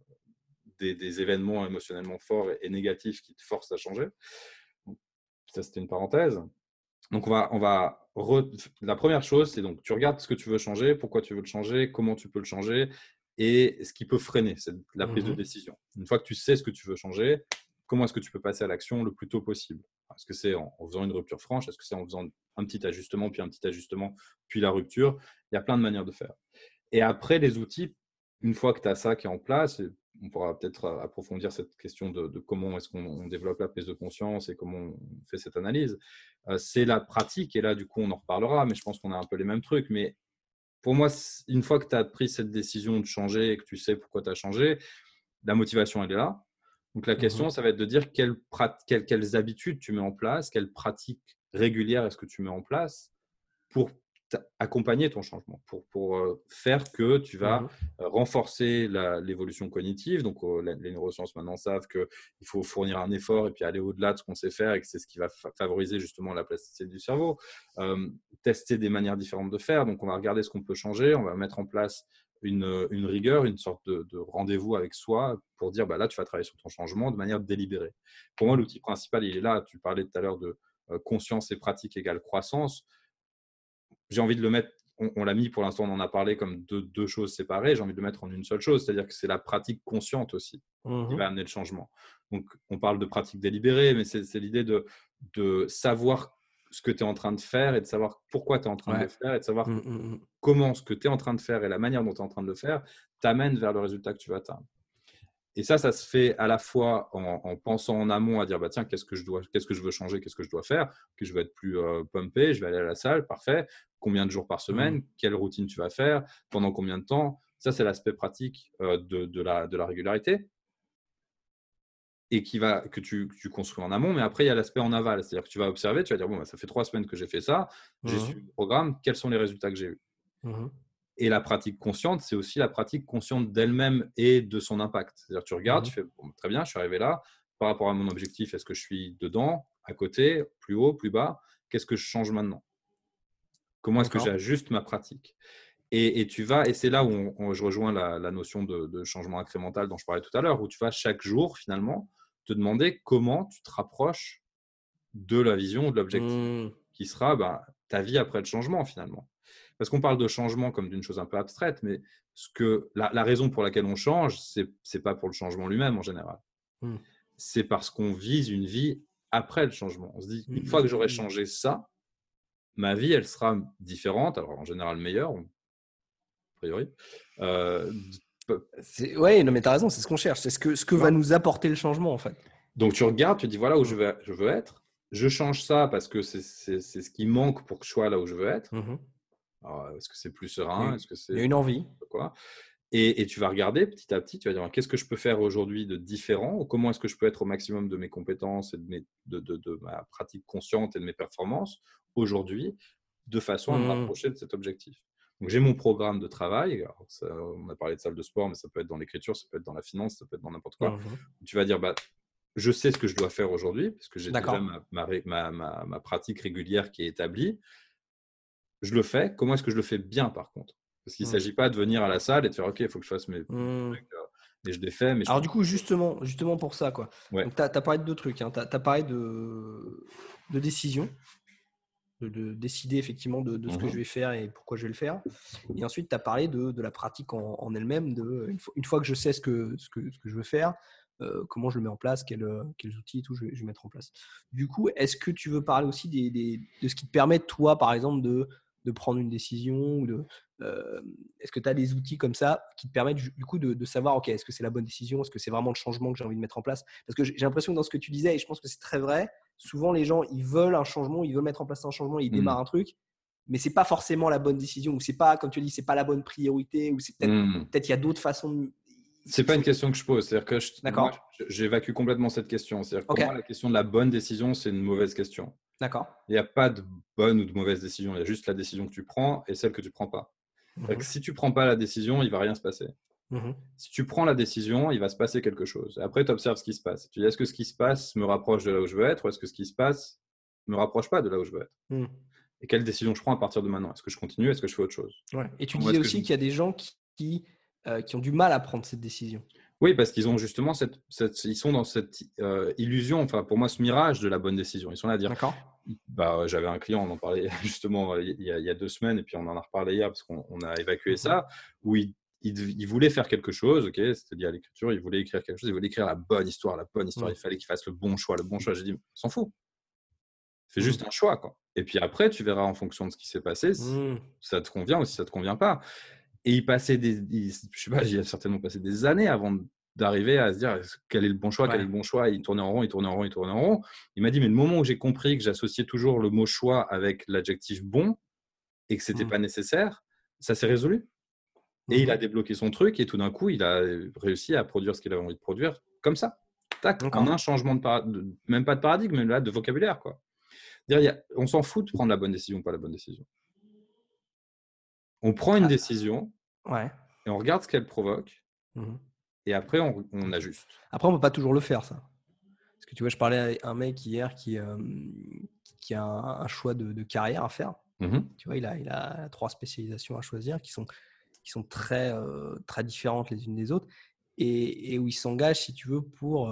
des événements émotionnellement forts et négatifs qui te forcent à changer. Donc, ça, c'était une parenthèse. Donc, la première chose, c'est donc tu regardes ce que tu veux changer, pourquoi tu veux le changer, comment tu peux le changer et ce qui peut freiner la prise de Mmh. décision. Une fois que tu sais ce que tu veux changer, comment est-ce que tu peux passer à l'action le plus tôt possible? Est-ce que c'est en faisant une rupture franche? Est-ce que c'est en faisant un petit ajustement, puis un petit ajustement, puis la rupture? Il y a plein de manières de faire. Et après, les outils, une fois que tu as ça qui est en place, et on pourra peut-être approfondir cette question de comment est-ce qu'on développe la prise de conscience et comment on fait cette analyse. C'est la pratique, et là, du coup, on en reparlera, mais je pense qu'on a un peu les mêmes trucs. Mais pour moi, une fois que tu as pris cette décision de changer et que tu sais pourquoi tu as changé, la motivation, elle est là. Donc, la Mmh. question, ça va être de dire quelles habitudes tu mets en place, quelles pratiques régulière est-ce que tu mets en place pour accompagner ton changement, pour faire que tu vas Mmh. renforcer l'évolution cognitive. Donc, les neurosciences maintenant savent qu'il faut fournir un effort et puis aller au-delà de ce qu'on sait faire et que c'est ce qui va favoriser justement la plasticité du cerveau. Tester des manières différentes de faire. Donc, on va regarder ce qu'on peut changer. On va mettre en place une rigueur, une sorte de rendez-vous avec soi pour dire, bah, là, tu vas travailler sur ton changement de manière délibérée. Pour moi, Mmh. l'outil principal, il est là. Tu parlais tout à l'heure de conscience et pratique égale croissance. J'ai envie de le mettre, on l'a mis pour l'instant, on en a parlé comme deux choses séparées. J'ai envie de le mettre en une seule chose, c'est-à-dire que c'est la pratique consciente aussi qui Mmh. va amener le changement. Donc, on parle de pratique délibérée, mais c'est l'idée de savoir ce que tu es en train de faire et de savoir pourquoi tu es en train de Ouais. le faire et de savoir Mmh, mmh mh. comment ce que tu es en train de faire et la manière dont tu es en train de le faire t'amène vers le résultat que tu vas atteindre. Et ça se fait à la fois en pensant en amont à dire bah tiens, qu'est-ce que je veux changer, qu'est-ce que je dois faire, que je veux être plus pumpé, je vais aller à la salle, parfait. Combien de jours par Mmh. semaine, quelle routine tu vas faire, pendant combien de temps. Ça, c'est l'aspect pratique de la régularité et que tu construis en amont. Mais après, il y a l'aspect en aval, c'est-à-dire que tu vas observer, tu vas dire bon, bah, ça fait 3 semaines que j'ai fait ça, j'ai Mmh. suivi le programme, quels sont les résultats que j'ai eus. Mmh. Et la pratique consciente, c'est aussi la pratique consciente d'elle-même et de son impact. C'est-à-dire, tu regardes, Mmh. tu fais bon, très bien, je suis arrivé là. Par rapport à mon objectif, est-ce que je suis dedans, à côté, plus haut, plus bas? Qu'est-ce que je change maintenant? Comment est-ce que D'accord. j'ajuste ma pratique? Et tu vas, et c'est là où je rejoins la notion de changement incrémental dont je parlais tout à l'heure, où tu vas chaque jour, finalement, te demander comment tu te rapproches de la vision ou de l'objectif Mmh. qui sera ta vie après le changement, finalement. Parce qu'on parle de changement comme d'une chose un peu abstraite, mais la raison pour laquelle on change, c'est pas pour le changement lui-même en général. Mmh. C'est parce qu'on vise une vie après le changement. On se dit, Mmh une fois mh, que mmh j'aurai mh. changé ça, ma vie, elle sera différente, alors en général meilleure, a priori. Euh, Ouais, non, mais tu as raison, c'est ce qu'on cherche. C'est ce que va nous apporter le changement, en fait. Donc tu regardes, tu dis voilà où Mmh. je veux être. Je change ça parce que c'est ce qui manque pour que je sois là où je veux être. Mmh mh. Alors, est-ce que c'est plus Il y a serein? eu Est-ce que il y c'est a une envie. quoi? Et tu vas regarder petit à petit, tu vas dire qu'est-ce que je peux faire aujourd'hui de différent, ou comment est-ce que je peux être au maximum de mes compétences et de ma pratique consciente et de mes performances aujourd'hui, de façon à me Mmh. rapprocher de cet objectif. Donc j'ai mon programme de travail. Alors, on a parlé de salle de sport, mais ça peut être dans l'écriture, ça peut être dans la finance, ça peut être dans n'importe quoi. Mmh mh. Tu vas dire je sais ce que je dois faire aujourd'hui parce que j'ai déjà D'accord. ma pratique régulière qui est établie. Je le fais. Comment est-ce que je le fais bien, par contre? Parce qu'il ne Mmh. s'agit pas de venir à la salle et de faire OK, il faut que je fasse mes Mmh. trucs et je les fais, mais je Alors fais du coup, justement pour ça, quoi. ouais. Donc tu as parlé de 2 trucs, hein. Tu as parlé de décision, de décider effectivement de ce que je Mmh. vais faire et pourquoi je vais le faire. Et ensuite, tu as parlé de la pratique en elle-même, une fois que je sais ce que je veux faire, comment je le mets en place, quels outils et tout je vais mettre en place. Du coup, est-ce que tu veux parler aussi de ce qui te permet, toi, par exemple, de prendre une décision ou est-ce que tu as des outils comme ça qui te permettent du coup de savoir, OK, est-ce que c'est la bonne décision? Est-ce que c'est vraiment le changement que j'ai envie de mettre en place? Parce que j'ai l'impression que dans ce que tu disais, et je pense que c'est très vrai, souvent les gens, ils veulent un changement, ils veulent mettre en place un changement, ils Mmh. démarrent un truc, mais c'est pas forcément la bonne décision, ou c'est pas, comme tu dis, c'est pas la bonne priorité, ou c'est peut-être Mmh. peut-être il y a d'autres façons de. C'est pas une question que je pose. C'est-à-dire que moi, D'accord. j'évacue complètement cette question. C'est-à-dire que OK. pour moi, la question de la bonne décision, c'est une mauvaise question. D'accord. Il n'y a pas de bonne ou de mauvaise décision. Il y a juste la décision que tu prends et celle que tu prends pas. C'est-à-dire que Mmh. si tu prends pas la décision, il va rien se passer. Mmh. Si tu prends la décision, il va se passer quelque chose. Après, tu observes ce qui se passe. Tu dis, est-ce que ce qui se passe me rapproche de là où je veux être, ou est-ce que ce qui se passe me rapproche pas de là où je veux être? Mmh. Et quelle décision je prends à partir de maintenant? Est-ce que je continue? Est-ce que je fais autre chose? Ouais. Et tu Comment disais est-ce que je... aussi qu'il y a des gens qui ont du mal à prendre cette décision. Oui, parce qu'ils ont justement ils sont dans cette illusion, enfin pour moi ce mirage de la bonne décision. Ils sont là à dire, D'accord. j'avais un client, on en parlait justement il y a 2 semaines, et puis on en a reparlé hier parce qu'on a évacué Mmh. ça, où il voulait faire quelque chose, ok, c'était lié à l'écriture, il voulait écrire quelque chose, il voulait écrire la bonne histoire, Mmh. il fallait qu'il fasse le bon choix, le bon choix. J'ai dit, on s'en fout, fais Mmh. juste un choix, quoi. Et puis après, tu verras en fonction de ce qui s'est passé si Mmh. ça te convient ou si ça te convient pas. Et je sais pas, il a certainement passé des années avant d'arriver à se dire quel est le bon choix, quel est Ouais. le bon choix. Il tournait en rond, il tournait en rond, il tournait en rond. Il m'a dit, mais le moment où j'ai compris que j'associais toujours le mot choix avec l'adjectif bon et que c'était Mmh. pas nécessaire, ça s'est résolu. Et il Mmh. a débloqué son truc et tout d'un coup, il a réussi à produire ce qu'il avait envie de produire comme ça. Tac, en D'accord. un changement même pas de paradigme, mais là, de vocabulaire, quoi. On s'en fout de prendre la bonne décision ou pas la bonne décision. On prend une décision Ouais. et on regarde ce qu'elle provoque et après, on ajuste. Après, on ne peut pas toujours le faire, ça. Parce que tu vois, je parlais à un mec hier qui a un choix de carrière à faire. Tu vois, il a 3 spécialisations à choisir qui sont très, très différentes les unes des autres et où il s'engage, si tu veux, pour…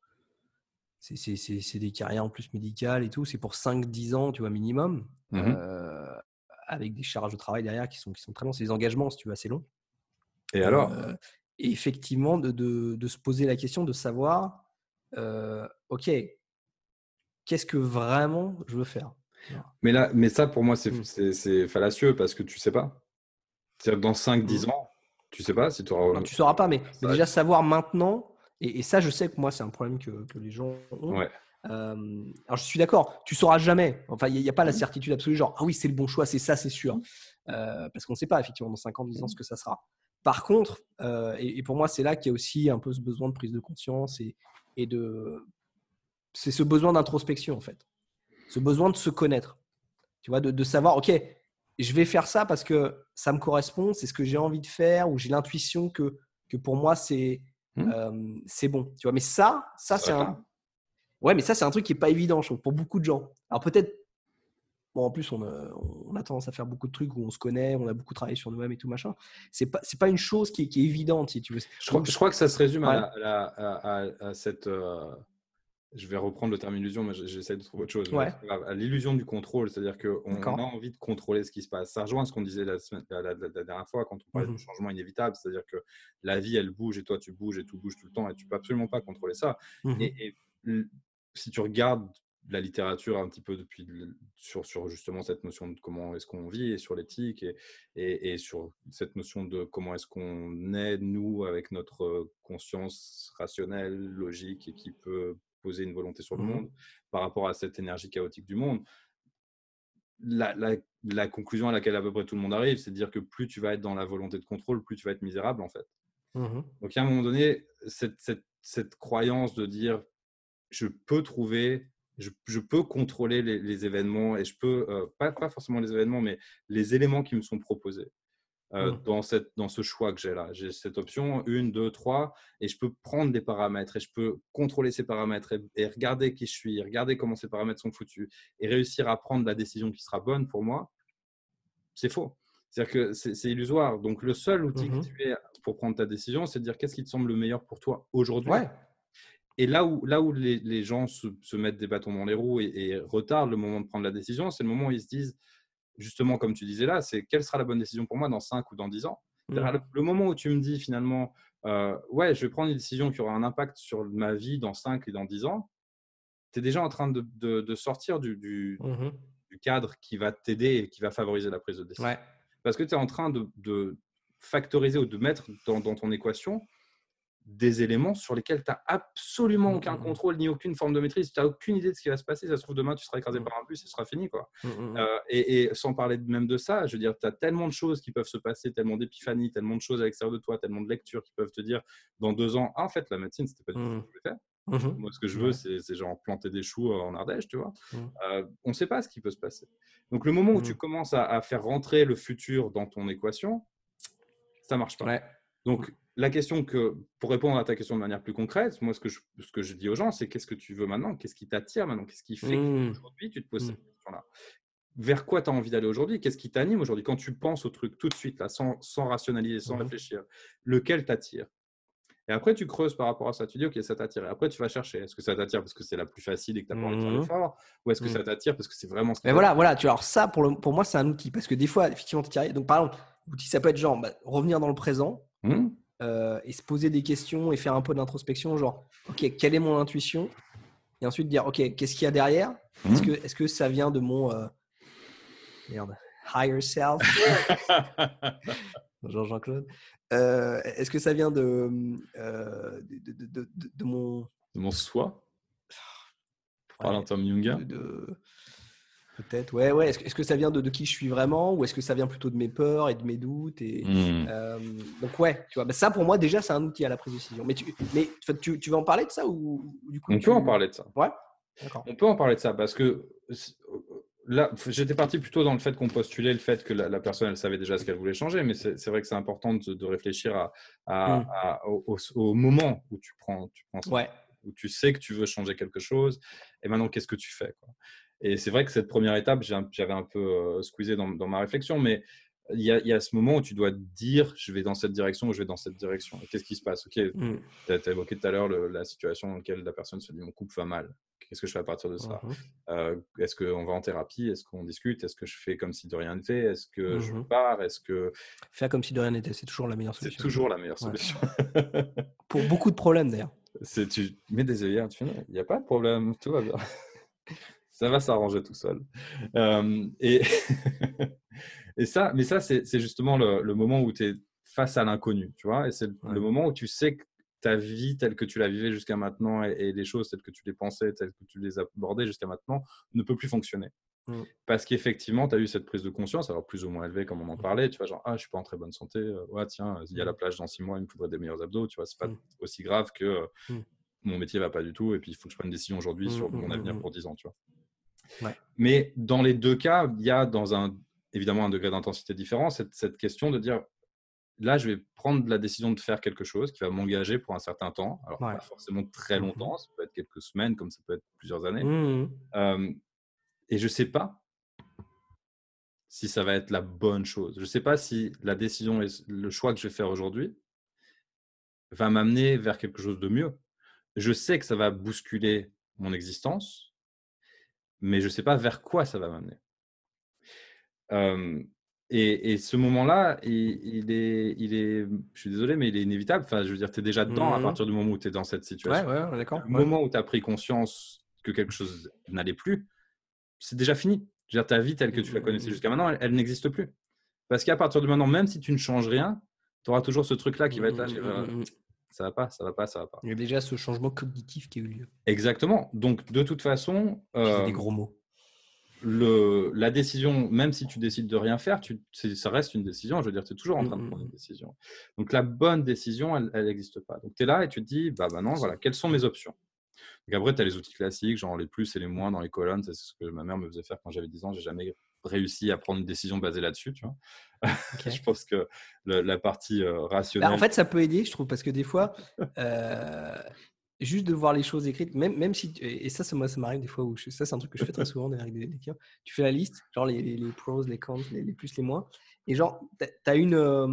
c'est des carrières en plus médicales et tout. C'est pour 5-10 ans, tu vois, minimum, avec des charges de travail derrière qui sont très longues. C'est des engagements, si tu veux, assez longs. Et alors et effectivement, de se poser la question de savoir, OK, qu'est-ce que vraiment je veux faire? Mais ça, pour moi, c'est fallacieux parce que tu sais pas. C'est-à-dire que dans 5-10 ans, tu sais pas si tu auras… Non, tu ne sauras pas, mais déjà savoir maintenant, et ça, je sais que moi, c'est un problème que les gens ont. Ouais. Alors, je suis d'accord, tu ne sauras jamais. Enfin, il n'y a pas la certitude absolue, genre, ah oui, c'est le bon choix, c'est ça, c'est sûr. Parce qu'on ne sait pas, effectivement, dans 5 ans, 10 ans, ce que ça sera. Par contre, et pour moi, c'est là qu'il y a aussi un peu ce besoin de prise de conscience et de… C'est ce besoin d'introspection, en fait. Ce besoin de se connaître. Tu vois, de savoir, OK, je vais faire ça parce que ça me correspond, c'est ce que j'ai envie de faire, ou j'ai l'intuition que pour moi, c'est bon. Tu vois, mais ça c'est un… Ouais, mais ça, c'est un truc qui n'est pas évident, je trouve, pour beaucoup de gens. Alors peut-être… Bon, en plus, on a tendance à faire beaucoup de trucs où on se connaît, on a beaucoup travaillé sur nous-mêmes et tout machin. C'est pas une chose qui est évidente, si tu veux. Je crois que ça se résume à cette… je vais reprendre le terme illusion, mais j'essaie de trouver autre chose. Ouais. À l'illusion du contrôle, c'est-à-dire qu'on a envie de contrôler ce qui se passe. Ça rejoint ce qu'on disait la dernière fois quand on parlait du changement inévitable, c'est-à-dire que la vie, elle bouge et toi, tu bouges et tout bouge tout le temps et tu peux absolument pas contrôler ça. Et si tu regardes la littérature un petit peu depuis sur justement cette notion de comment est-ce qu'on vit et sur l'éthique et sur cette notion de comment est-ce qu'on est, nous, avec notre conscience rationnelle, logique et qui peut poser une volonté sur le monde par rapport à cette énergie chaotique du monde. La conclusion à laquelle à peu près tout le monde arrive, c'est de dire que plus tu vas être dans la volonté de contrôle, plus tu vas être misérable en fait. Donc à un moment donné, cette croyance de dire je peux trouver, je peux contrôler les événements et je peux, pas forcément les événements, mais les éléments qui me sont proposés. Dans ce choix que j'ai là. J'ai cette option 1, 2, 3 et je peux prendre des paramètres et je peux contrôler ces paramètres et regarder qui je suis, regarder comment ces paramètres sont foutus et réussir à prendre la décision qui sera bonne pour moi. C'est faux. C'est-à-dire que c'est illusoire. Donc, le seul outil que tu as pour prendre ta décision, c'est de dire qu'est-ce qui te semble le meilleur pour toi aujourd'hui. Ouais. Et là où les gens se mettent des bâtons dans les roues et retardent le moment de prendre la décision, c'est le moment où ils se disent, justement, comme tu disais là, c'est quelle sera la bonne décision pour moi dans 5 ou dans 10 ans. Le moment où tu me dis finalement, ouais, je vais prendre une décision qui aura un impact sur ma vie dans 5 et dans 10 ans, tu es déjà en train de sortir du cadre qui va t'aider et qui va favoriser la prise de décision. Ouais. Parce que tu es en train de factoriser ou de mettre dans ton équation des éléments sur lesquels tu n'as absolument aucun contrôle ni aucune forme de maîtrise. Tu n'as aucune idée de ce qui va se passer. Ça se trouve, demain, tu seras écrasé par un bus et ce sera fini, quoi. Et sans parler même de ça, je veux dire, tu as tellement de choses qui peuvent se passer, tellement d'épiphanies, tellement de choses à l'extérieur de toi, tellement de lectures qui peuvent te dire dans 2 ans, ah, en fait, la médecine, c'était pas du tout ce que je voulais faire. Moi, ce que je veux, c'est genre planter des choux en Ardèche, tu vois. On ne sait pas ce qui peut se passer. Donc, le moment où tu commences à faire rentrer le futur dans ton équation, ça ne marche pas. Ouais. Donc, la question pour répondre à ta question de manière plus concrète, moi, ce que je dis aux gens, c'est qu'est-ce que tu veux maintenant? Qu'est-ce qui t'attire maintenant? Qu'est-ce qui fait qu'aujourd'hui, tu te poses cette question-là? Vers quoi tu as envie d'aller aujourd'hui? Qu'est-ce qui t'anime aujourd'hui? Quand tu penses au truc tout de suite, là, sans rationaliser, sans réfléchir, lequel t'attire? Et après, tu creuses par rapport à ça. Tu dis, OK, ça t'attire. Et après, tu vas chercher. Est-ce que ça t'attire parce que c'est la plus facile et que tu n'as pas envie de faire l'effort? Ou est-ce que ça t'attire parce que c'est vraiment ce qui t'attire? Voilà. Tu vois, alors ça, pour moi, c'est un outil. Parce que des fois, effectivement, tu t'y… Donc, par exemple, l'outil, ça peut être genre revenir dans le présent et se poser des questions et faire un peu d'introspection. Genre, OK, quelle est mon intuition? Et ensuite dire, OK, qu'est-ce qu'il y a derrière? Est-ce que ça vient de mon higher self? Jean-Claude. Est-ce que ça vient de mon… De mon soi? Par en termes jungien? Peut-être, ouais. Est-ce que ça vient de qui je suis vraiment ou est-ce que ça vient plutôt de mes peurs et de mes doutes donc ouais, tu vois, ça pour moi déjà c'est un outil à la prise de décision. Mais tu veux en parler de ça ou du coup On peut en parler de ça. Ouais. D'accord. On peut en parler de ça parce que là, j'étais parti plutôt dans le fait qu'on postulait le fait que la personne, elle savait déjà ce qu'elle voulait changer, mais c'est vrai que c'est important de réfléchir Mmh. au moment où tu prends ça, Ouais. où tu sais que tu veux changer quelque chose, et maintenant, qu'est-ce que tu fais, quoi. Et c'est vrai que cette première étape, j'avais un peu squeezé dans ma réflexion, mais il y a ce moment où tu dois te dire, je vais dans cette direction ou je vais dans cette direction. Et qu'est-ce qui se passe? Ok, Mmh. tu as évoqué tout à l'heure la situation dans laquelle la personne se dit mon couple va mal. Qu'est-ce que je fais à partir de ça? Mmh. Est-ce qu'on va en thérapie? Est-ce qu'on discute? Est-ce que je fais comme si de rien n'était? Est-ce que je Mmh. pars? Est-ce que Faire comme si de rien n'était, c'est toujours la meilleure c'est solution. toujours la meilleure Ouais. solution? Pour beaucoup de problèmes d'ailleurs. Tu mets des œillères, tu fais non, il n'y a pas de problème, tout va bien. Ça va s'arranger tout seul. Et, et ça, mais ça, c'est justement le moment où tu es face à l'inconnu, tu vois, et c'est le Ouais. moment où tu sais que ta vie telle que tu la vivais jusqu'à maintenant et les choses telles que tu les pensais, telles que tu les abordais jusqu'à maintenant ne peut plus fonctionner. Mmh. Parce qu'effectivement, tu as eu cette prise de conscience, alors plus ou moins élevée comme on en Mmh mh. parlait, tu vois, genre, ah, je suis pas en très bonne santé, ouais, tiens, il y a la Mmh. plage dans 6 mois, il me faudrait des meilleurs abdos, tu vois, c'est pas Mmh. aussi grave que Mmh. mon métier va pas du tout et puis il faut que je prenne une décision aujourd'hui Mmh, sur mmh, mon mmh, avenir mmh. pour 10 ans, tu vois. Ouais. Mais dans les deux cas, il y a évidemment un degré d'intensité différent, cette question de dire, là, je vais prendre la décision de faire quelque chose qui va m'engager pour un certain temps. Alors, Ouais. pas forcément très Mmh mh. longtemps, ça peut être quelques semaines, comme ça peut être plusieurs années. Mmh mh. Euh, et je ne sais pas si ça va être la bonne chose. Je ne sais pas si la décision et le choix que je vais faire aujourd'hui va m'amener vers quelque chose de mieux. Je sais que ça va bousculer mon existence, mais je ne sais pas vers quoi ça va m'amener. Hem et ce moment-là, je suis désolé, mais il est inévitable. Enfin, je veux dire, tu es déjà dedans à Mmh. partir du moment où tu es dans cette Ouais, situation. ouais, on est Le d'accord, ouais. moment où tu as pris conscience que quelque chose n'allait plus, c'est déjà fini. Je veux dire, ta vie telle que Mmh tu la mh, mmh connaissais mh. jusqu'à maintenant, elle n'existe plus. Parce qu'à partir de maintenant, même si tu ne changes rien, tu auras toujours ce truc-là qui Mmh va être mh, là, mmh mh, mmh mh. ça va pas, ça va pas, ça va pas. Il y a déjà ce changement cognitif qui a eu lieu. Exactement. Donc de toute façon, Utiliser des gros mots. la décision, même si tu décides de rien faire, ça reste une décision. Je veux dire, tu es toujours en Mmh train de mh, prendre une mmh. décision. Donc, la bonne décision, elle n'existe pas. Donc, tu es là et tu te dis, bah maintenant, voilà, quelles sont mes options? Donc, après, tu as les outils classiques, genre les plus et les moins dans les colonnes. C'est ce que ma mère me faisait faire quand j'avais 10 ans. J'ai jamais réussi à prendre une décision basée là-dessus, tu vois. Je OK. pense que la partie Bah, en rationnelle. fait, ça peut aider, je trouve, parce que des fois, juste de voir les choses écrites, même si et ça moi, ça m'arrive des fois où ça, c'est un truc que je fais très souvent d'ailleurs avec des clients. Tu fais la liste, genre les pros, les cons, les plus, les moins et genre, tu as une,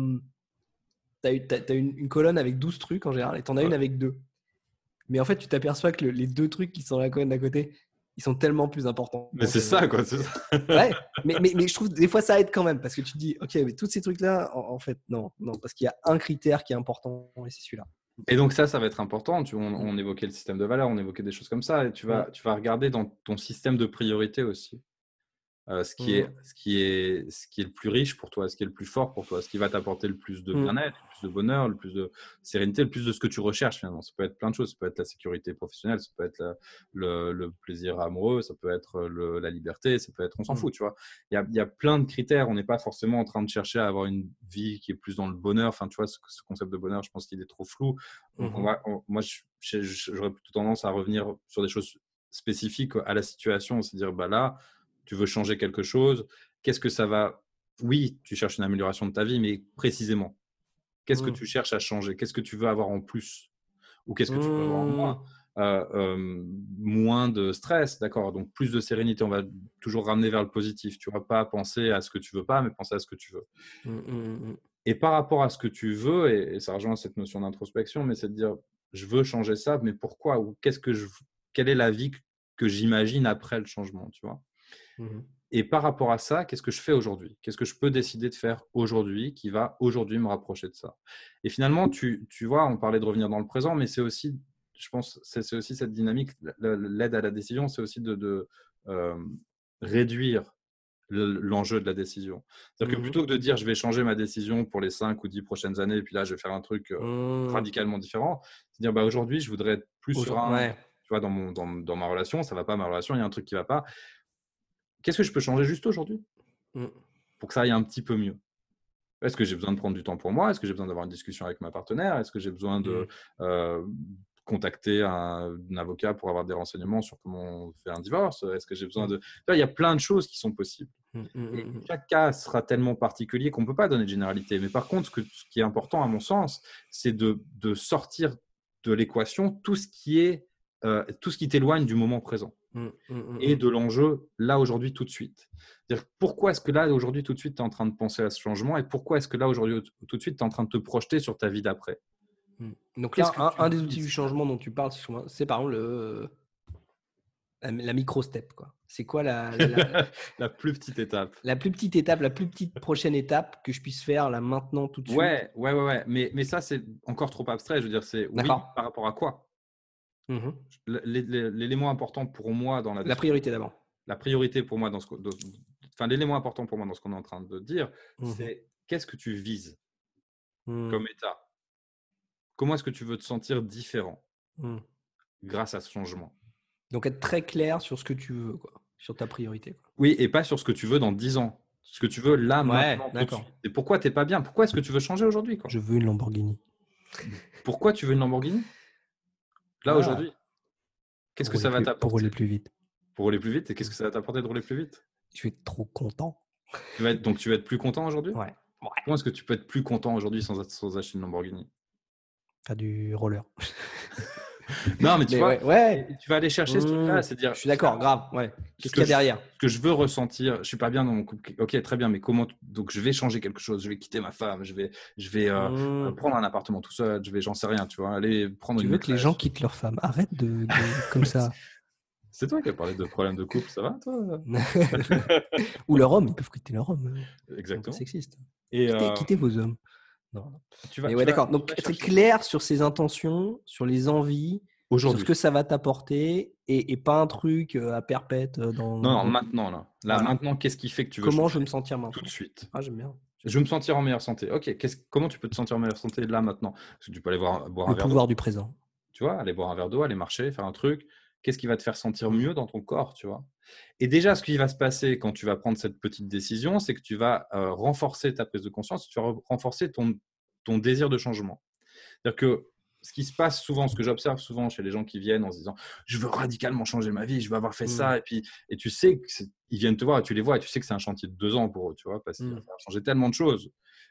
tu une colonne avec 12 trucs en général et tu en as une Ouais. avec 2. Mais en fait, tu t'aperçois que les 2 trucs qui sont dans la colonne d'à côté, ils sont tellement plus importants Mais c'est ça, que quoi. C'est ça. ouais, mais je trouve des fois ça aide quand même parce que tu te dis: «OK, mais tous ces trucs-là, en fait, non, non, parce qu'il y a un critère qui est important et c'est celui-là». Et donc ça va être important. Mmh. On évoquait le système de valeurs, on évoquait des choses comme ça. Et Mmh. tu vas regarder dans ton système de priorité aussi. Mmh. Ce qui est le plus riche pour toi, ce qui est le plus fort pour toi, ce qui va t'apporter le plus de Mmh. bien-être, le plus de bonheur, le plus de sérénité, le plus de ce que tu recherches finalement. Ça peut être plein de choses, ça peut être la sécurité professionnelle, ça peut être le plaisir amoureux, ça peut être la liberté, ça peut être, on s'en Mmh. fout, tu vois. Il y a plein de critères, on n'est pas forcément en train de chercher à avoir une vie qui est plus dans le bonheur. Enfin, tu vois, ce concept de bonheur, je pense qu'il est trop flou. Mmh. Moi, j'aurais plutôt tendance à revenir sur des choses spécifiques à la situation, c'est dire, bah là, tu veux changer quelque chose, qu'est-ce que ça va. Oui, tu cherches une amélioration de ta vie, mais précisément, qu'est-ce que Mmh. tu cherches à changer? Qu'est-ce que tu veux avoir en plus? Ou qu'est-ce que tu veux avoir en Mmh. moins? Moins de stress, d'accord, donc plus de sérénité. On va toujours ramener vers le positif. Tu vas pas penser à ce que tu veux pas, mais penser à ce que tu veux. Mmh, mmh, mmh. Et par rapport à ce que tu veux, et ça rejoint cette notion d'introspection, mais c'est de dire, je veux changer ça, mais pourquoi? Ou quelle est la vie que j'imagine après le changement, tu vois? Mmh. Et par rapport à ça, qu'est-ce que je fais aujourd'hui? Qu'est-ce que je peux décider de faire aujourd'hui qui va aujourd'hui me rapprocher de ça? Et finalement, tu vois, on parlait de revenir dans le présent, mais c'est aussi, je pense, c'est aussi cette dynamique, l'aide à la décision, c'est aussi euh, réduire l'enjeu de la décision. C'est-à-dire que Mmh. plutôt que de dire je vais changer ma décision pour les 5 ou 10 prochaines années, et puis là, je vais faire un truc Mmh. radicalement différent, c'est dire bah, aujourd'hui, je voudrais être plus serein, Ouais. tu vois, dans ma relation, ça va pas ma relation, il y a un truc qui va pas. Qu'est-ce que je peux changer juste aujourd'hui Mmh. pour que ça aille un petit peu mieux? Est-ce que j'ai besoin de prendre du temps pour moi? Est-ce que j'ai besoin d'avoir une discussion avec ma partenaire? Est-ce que j'ai besoin Mmh. heu, contacter un avocat pour avoir des renseignements sur comment on fait un divorce? Est-ce que j'ai besoin de… Tu vois, il y a plein de choses qui sont possibles. Et chaque cas sera tellement particulier qu'on ne peut pas donner de généralité. Mais par contre, ce qui est important, à mon sens, c'est de sortir de l'équation tout ce qui t'éloigne du moment présent et de l'enjeu là, aujourd'hui, tout de suite. C'est-à-dire, pourquoi est-ce que là, aujourd'hui, tout de suite, tu es en train de penser à ce changement et pourquoi est-ce que là, aujourd'hui, tout de suite, tu es en train de te projeter sur ta vie d'après? Donc là, un des outils du changement dont tu parles, c'est par exemple la micro-step, quoi. C'est quoi la plus petite étape? La plus petite étape, la plus petite prochaine étape que je puisse faire là maintenant tout de suite? Ouais. Mais ça, c'est encore trop abstrait. Je veux dire, c'est oui, par rapport à quoi? L'élément important pour moi dans la priorité d'abord. La priorité pour moi l'élément important pour moi dans ce qu'on est en train de dire, c'est qu'est-ce que tu vises comme état? Comment est-ce que tu veux te sentir différent grâce à ce changement? Donc, être très clair sur ce que tu veux, quoi, sur ta priorité, quoi. Oui, et pas sur ce que tu veux dans 10 ans. Ce que tu veux là, maintenant, tout de suite. Et pourquoi tu n'es pas bien? Pourquoi est-ce que tu veux changer aujourd'hui, quoi? Je veux une Lamborghini. Pourquoi tu veux une Lamborghini? Là, aujourd'hui? Qu'est-ce que ça va t'apporter? Pour rouler plus vite. Pour rouler plus vite? Et qu'est-ce que ça va t'apporter de rouler plus vite? Je vais être trop content. Donc, tu vas être plus content aujourd'hui? Ouais. Comment est-ce que tu peux être plus content aujourd'hui sans acheter une Lamborghini? Faire du roller. Non, mais tu vois, tu vas aller chercher ce truc-là, c'est dire. Je suis d'accord, grave. Ouais. Qu'est-ce qu'il y a derrière? Ce que je veux ressentir, je suis pas bien dans mon couple. Ok, très bien, mais comment? Donc, je vais changer quelque chose. Je vais quitter ma femme. Je vais prendre un appartement tout seul. J'en sais rien, tu vois. Aller prendre une. Tu veux que les gens quittent leur femme? Arrête de comme ça. C'est toi qui as parlé de problèmes de couple, ça va, toi? Ou leur homme, ils peuvent quitter leur homme. Exactement. C'est sexiste. Quittez vos hommes. Non. D'accord. Donc, être clair sur ses intentions, sur les envies, sur ce que ça va t'apporter et pas un truc à perpète. Non, maintenant. Là, voilà. Maintenant, qu'est-ce qui fait que tu veux Comment je veux me sentir maintenant? Tout de suite. Ah, j'aime bien. Je veux me sentir en meilleure santé. Ok, comment tu peux te sentir en meilleure santé là, maintenant? Parce que tu peux aller boire un verre d'eau. Le pouvoir du présent. Tu vois, aller boire un verre d'eau, aller marcher, faire un truc. Qu'est-ce qui va te faire sentir mieux dans ton corps, tu vois? Et déjà, ce qui va se passer quand tu vas prendre cette petite décision, c'est que tu vas renforcer ta prise de conscience, tu vas renforcer ton désir de changement. C'est-à-dire que ce qui se passe souvent, ce que j'observe souvent chez les gens qui viennent en se disant « je veux radicalement changer ma vie, je veux avoir fait ça », et tu sais qu'ils viennent te voir et tu les vois et tu sais que c'est un chantier de 2 ans pour eux, tu vois, parce qu'il va falloir changer tellement de choses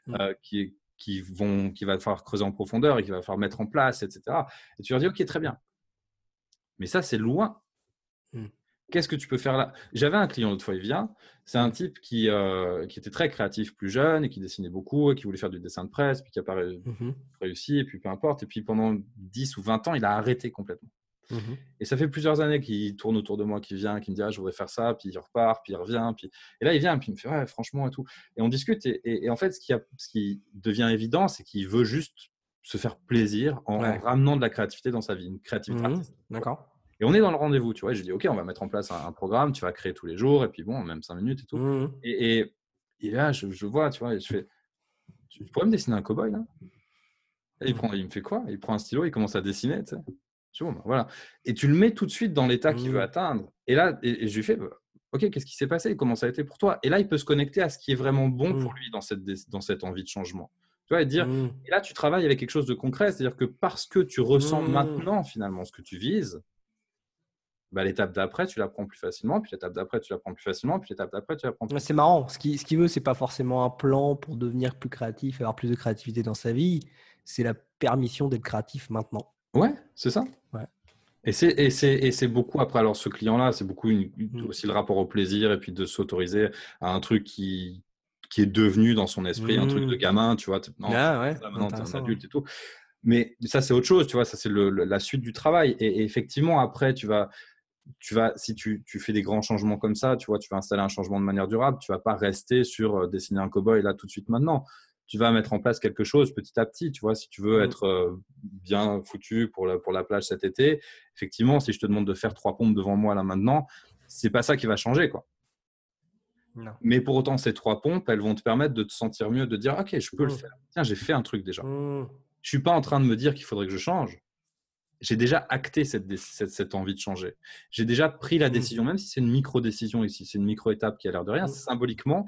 qu'il va falloir creuser en profondeur et qu'il va falloir mettre en place, etc. Et tu leur dis « ok, très bien ». Mais ça, c'est loin. Qu'est-ce que tu peux faire là? J'avais un client l'autre fois, il vient. C'est un type qui était très créatif, plus jeune, et qui dessinait beaucoup, et qui voulait faire du dessin de presse, puis qui n'a pas réussi, et puis peu importe. Et puis pendant 10 ou 20 ans, il a arrêté complètement. Et ça fait plusieurs années qu'il tourne autour de moi, qu'il vient, qu'il me dit « ah, je voudrais faire ça », puis il repart, puis il revient. Et là, il vient, puis il me fait « ouais, franchement », et tout. Et on discute. Et en fait, ce qui devient évident, c'est qu'il veut juste se faire plaisir en ramenant de la créativité dans sa vie, une créativité artistique. D'accord. Et on est dans le rendez-vous, tu vois. Je lui dis, OK, on va mettre en place un programme, tu vas créer tous les jours, et puis bon, même 5 minutes et tout. Et là, je vois, tu vois, et je fais, tu pourrais me dessiner un cow-boy, là? Et il me fait quoi? Il prend un stylo, il commence à dessiner, tu sais. Je dis, bon, ben, voilà. Et tu le mets tout de suite dans l'état qu'il veut atteindre. Et là, et je lui fais, OK, qu'est-ce qui s'est passé? Comment ça a été pour toi? Et là, il peut se connecter à ce qui est vraiment bon pour lui dans cette envie de changement. Tu vois, et dire, et là, tu travailles avec quelque chose de concret, c'est-à-dire que parce que tu ressens maintenant, finalement, ce que tu vises, l'étape d'après, tu la prends plus facilement, puis l'étape d'après, tu la prends plus facilement, puis l'étape d'après, tu la prends plus facilement. C'est marrant. Ce qu'il veut, c'est pas forcément un plan pour devenir plus créatif, avoir plus de créativité dans sa vie. C'est la permission d'être créatif maintenant. Ouais, c'est ça. Ouais. Et c'est beaucoup, après, alors ce client-là, c'est beaucoup aussi le rapport au plaisir et puis de s'autoriser à un truc qui est devenu dans son esprit, un truc de gamin, tu vois. Non, maintenant, tu es un adulte et tout. Mais ça, c'est autre chose, tu vois. Ça, c'est la suite du travail. Et effectivement, après, si tu fais des grands changements comme ça, tu vois, tu vas installer un changement de manière durable, tu vas pas rester sur dessiner un cow-boy là tout de suite maintenant. Tu vas mettre en place quelque chose petit à petit, tu vois, si tu veux être bien foutu pour la plage cet été. Effectivement, si je te demande de faire 3 pompes devant moi là maintenant, c'est pas ça qui va changer, quoi. Non. Mais pour autant, ces 3 pompes, elles vont te permettre de te sentir mieux, de dire ok, je peux le faire. Tiens, j'ai fait un truc déjà. Je suis pas en train de me dire qu'il faudrait que je change. J'ai déjà acté cette envie de changer. J'ai déjà pris la décision, même si c'est une micro-décision ici, c'est une micro-étape qui a l'air de rien, symboliquement.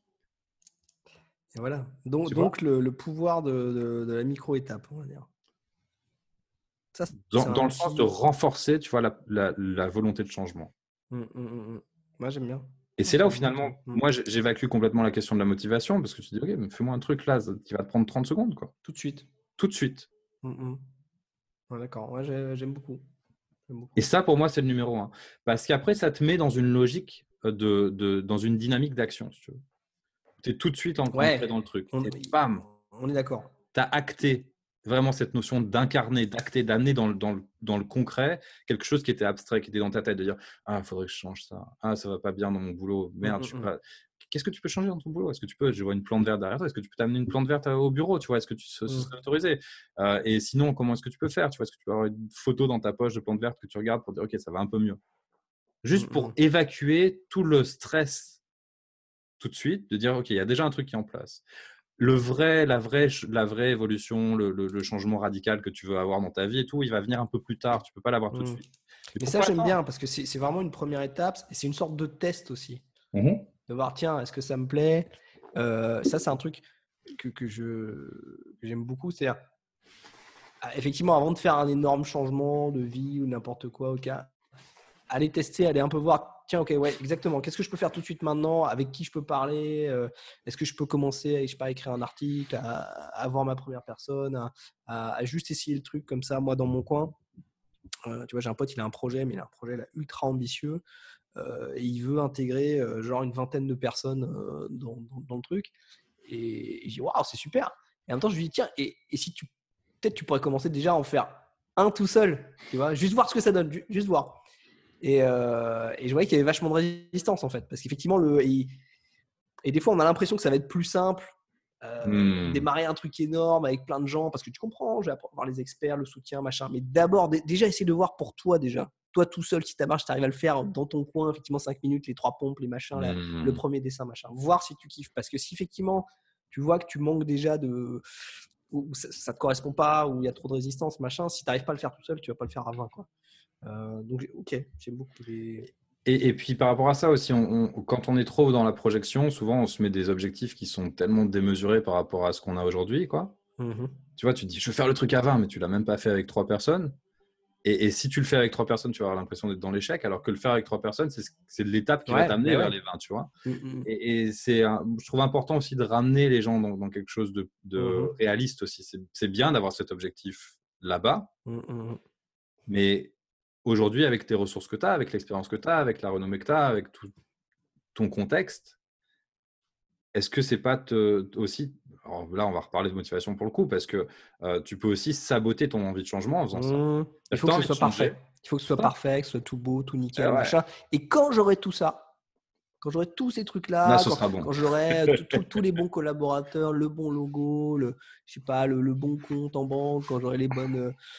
Et voilà. Donc le pouvoir de la micro-étape, on va dire. Ça, c'est un dans le sens de outil. renforcer, tu vois, la volonté de changement. Moi, j'aime bien. Et Non, c'est c'est là un où bon outil. finalement, moi, j'évacue complètement la question de la motivation parce que tu te dis, OK, mais fais-moi un truc là qui va te prendre 30 secondes, quoi. Tout de suite. Tout de suite. Ouais, d'accord. Ouais, j'aime beaucoup. J'aime Et beaucoup. ça, pour moi, c'est le numéro un. Parce qu'après, ça te met dans une logique, dans une dynamique d'action, si tu veux. Tu es tout de suite ancré Ouais, dans le truc. on, Et bam, on est d'accord. tu as acté vraiment cette notion d'incarner, d'acter, d'amener dans le concret quelque chose qui était abstrait, qui était dans ta tête, de dire ah, il faudrait que je change ça. Ah, ça va pas bien dans mon boulot. Merde, je suis pas. Qu'est-ce que tu peux changer dans ton boulot? Est-ce que tu peux, je vois une plante verte derrière toi, est-ce que tu peux t'amener une plante verte au bureau? Tu vois, est-ce que ce serait autorisé? Et sinon, comment est-ce que tu peux faire? Tu vois, est-ce que tu peux avoir une photo dans ta poche de plante verte que tu regardes pour dire ok, ça va un peu mieux? Juste pour évacuer tout le stress tout de suite, de dire ok, il y a déjà un truc qui est en place. La vraie évolution, le changement radical que tu veux avoir dans ta vie et tout, il va venir un peu plus tard. Tu peux pas l'avoir tout de suite. Mais Mais ça, pourquoi j'aime attendre? bien parce que c'est vraiment une première étape et c'est une sorte de test aussi. Mhm. De voir, tiens, est-ce que ça me plaît? Ça, c'est un truc que j'aime beaucoup. C'est-à-dire, effectivement, avant de faire un énorme changement de vie ou n'importe quoi, ok, aller tester, aller un peu voir, tiens, ok, ouais, exactement, qu'est-ce que je peux faire tout de suite maintenant? Avec qui je peux parler? Est-ce que je peux commencer à, je sais pas, écrire un article, à voir ma première personne, à juste essayer le truc comme ça, moi, dans mon coin. Tu vois, j'ai un pote, il a un projet, mais il a un projet là, ultra ambitieux. Et il veut intégrer genre une vingtaine de personnes dans le truc. Et je dis, waouh, c'est super. Et en même temps, je lui dis, tiens, et si peut-être tu pourrais commencer déjà à en faire un tout seul, tu vois, juste voir ce que ça donne, juste voir. Et je voyais qu'il y avait vachement de résistance en fait, parce qu'effectivement, et des fois, on a l'impression que ça va être plus simple. Démarrer un truc énorme avec plein de gens parce que tu comprends, je vais avoir les experts, le soutien, machin. Mais d'abord, déjà, essayer de voir pour toi déjà. Toi tout seul, si ta marche, tu arrives à le faire dans ton coin, effectivement, 5 minutes, les 3 pompes, les machins, le premier dessin, machin. Voir si tu kiffes. Parce que si effectivement, tu vois que tu manques déjà ou ça te correspond pas, ou il y a trop de résistance, machin, si tu n'arrives pas à le faire tout seul, tu vas pas le faire à 20, quoi. Donc, ok, j'aime beaucoup les. Et puis par rapport à ça aussi, quand on est trop dans la projection, souvent on se met des objectifs qui sont tellement démesurés par rapport à ce qu'on a aujourd'hui, quoi. Tu vois, tu te dis je veux faire le truc à 20, mais tu l'as même pas fait avec 3 personnes. Et si tu le fais avec 3 personnes, tu vas avoir l'impression d'être dans l'échec, alors que le faire avec 3 personnes, c'est l'étape qui va Ouais, t'amener mais vers ouais. les 20, tu vois. Et je trouve important aussi de ramener les gens dans quelque chose de réaliste aussi. C'est bien d'avoir cet objectif là-bas, mais aujourd'hui, avec tes ressources que tu as, avec l'expérience que tu as, avec la renommée que tu as, avec tout ton contexte, est-ce que c'est pas aussi… Alors là, on va reparler de motivation pour le coup, parce que tu peux aussi saboter ton envie de changement en faisant ça. Il Tu faut que as ce envie de soit changer. parfait. Il faut que ce soit parfait, que ce soit tout beau, tout Eh nickel, ouais, machin. Et quand j'aurai tout ça, quand j'aurai tous ces là, trucs-là, ce sera bon. quand j'aurai tous les bons collaborateurs, le bon logo, je sais pas, le bon compte en banque, quand j'aurai les bonnes.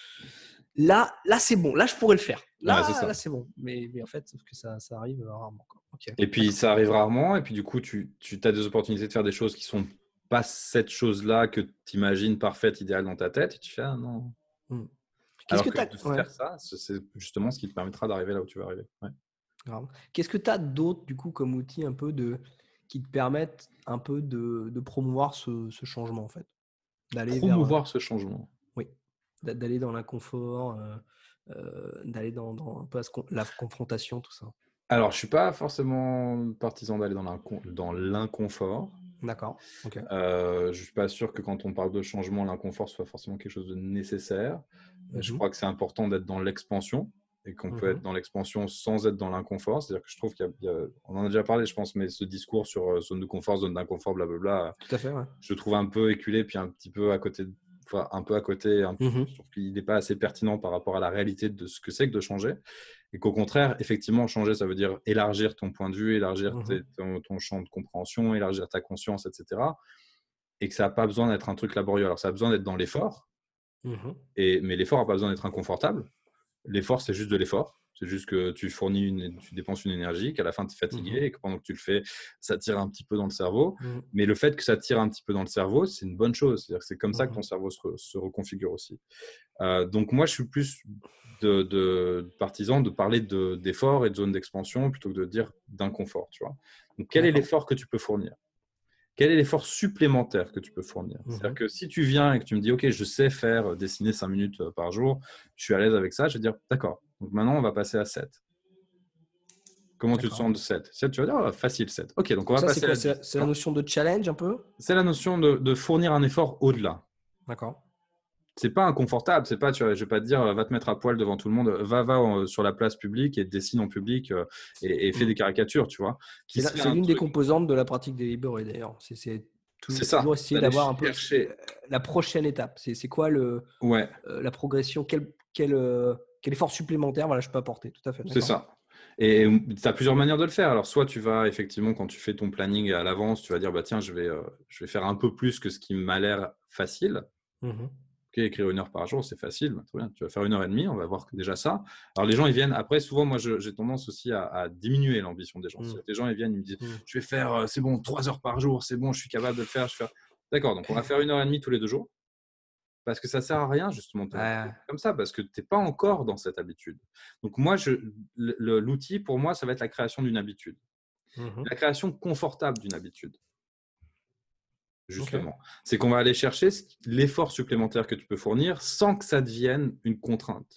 Là, c'est bon. Là, je pourrais le faire. Ouais, c'est Là, ça. c'est bon. Mais en fait, sauf que ça arrive rarement, quoi. Ok, Et puis, d'accord. ça arrive rarement. Et puis, du coup, tu as des opportunités de faire des choses qui sont pas cette chose-là que tu imagines parfaite, idéale dans ta tête. Et tu fais, ah non. Qu'est-ce que Alors que tu as. de Ouais, faire ça, c'est justement ce qui te permettra d'arriver là où tu veux arriver. Ouais. grave. Qu'est-ce que tu as d'autre, du coup, comme outil un peu qui te permettent un peu de promouvoir ce changement, en fait? D'aller vers. Promouvoir ce changement. Oui, d'aller dans l'inconfort, d'aller dans un peu la confrontation, tout ça. Alors, je suis pas forcément partisan d'aller dans l'inconfort. D'accord, ok. Je suis pas sûr que quand on parle de changement, l'inconfort soit forcément quelque chose de nécessaire. Je crois que c'est important d'être dans l'expansion et qu'on peut être dans l'expansion sans être dans l'inconfort. C'est-à-dire que je trouve on en a déjà parlé, je pense, mais ce discours sur zone de confort, zone d'inconfort, blablabla, Tout à fait, ouais. je le trouve un peu éculé, puis un petit peu à côté, enfin, un peu à côté. Je trouve qu'il n'est pas assez pertinent par rapport à la réalité de ce que c'est que de changer. Et qu'au contraire, effectivement, changer, ça veut dire élargir ton point de vue, élargir ton champ de compréhension, élargir ta conscience, etc. Et que ça n'a pas besoin d'être un truc laborieux. Alors, ça a besoin d'être dans l'effort, mais l'effort n'a pas besoin d'être inconfortable. L'effort, c'est juste de l'effort. C'est juste que tu dépenses une énergie, qu'à la fin, tu es fatigué et que pendant que tu le fais, ça tire un petit peu dans le cerveau. Mais le fait que ça tire un petit peu dans le cerveau, c'est une bonne chose. C'est-à-dire que c'est comme ça que ton cerveau se reconfigure aussi. Donc, moi, je suis plus de partisan de parler d'effort et de zone d'expansion plutôt que de dire d'inconfort. Tu vois. Donc, quel est l'effort que tu peux fournir? quel est l'effort supplémentaire que tu peux fournir? C'est-à-dire que si tu viens et que tu me dis, OK, je sais faire dessiner 5 minutes par jour, je suis à l'aise avec ça, je vais dire, d'accord, donc maintenant on va passer à 7. Comment tu te D'accord. sens de 7? 7, tu vas dire, oh, facile 7. OK, donc on Donc va ça, c'est passer quoi? à 10. C'est la notion de challenge un peu? C'est la notion de fournir un effort au-delà. D'accord. C'est pas inconfortable, c'est pas, tu vois, je vais pas te dire, va te mettre à poil devant tout le monde, va sur la place publique et dessine en public et fais des caricatures, tu vois. Qui serait C'est un l'une des truc, composantes de la pratique délibérée d'ailleurs. C'est c'est toujours ça, essayer d'aller d'avoir un peu chercher. la prochaine étape. C'est quoi Ouais, la progression? Quel effort supplémentaire voilà, je peux apporter? Tout à fait, c'est d'accord. ça. Et tu as plusieurs manières de le faire. Alors, soit tu vas effectivement, quand tu fais ton planning à l'avance, tu vas dire, bah, tiens, je vais faire un peu plus que ce qui m'a l'air facile. Mhm. Ok, écrire 1 heure par jour, c'est facile. Bah, très bien. Tu vas faire 1 heure et demie, on va voir que déjà ça. Alors, les gens, ils viennent. Après, souvent, moi, j'ai tendance aussi à diminuer l'ambition des gens. Mhm. Les gens, ils viennent, ils me disent, Mhm. je vais faire, c'est bon, 3 heures par jour, c'est bon, je suis capable de le faire. D'accord, donc on va faire 1 heure et demie tous les 2 jours. Parce que ça sert à rien, justement, de te motiver Ouais. comme ça, parce que tu n'es pas encore dans cette habitude. Donc, moi, l'outil, pour moi, ça va être la création d'une habitude. Mhm. La création confortable d'une habitude, Ok. justement. C'est qu'on va aller chercher l'effort supplémentaire que tu peux fournir sans que ça devienne une contrainte.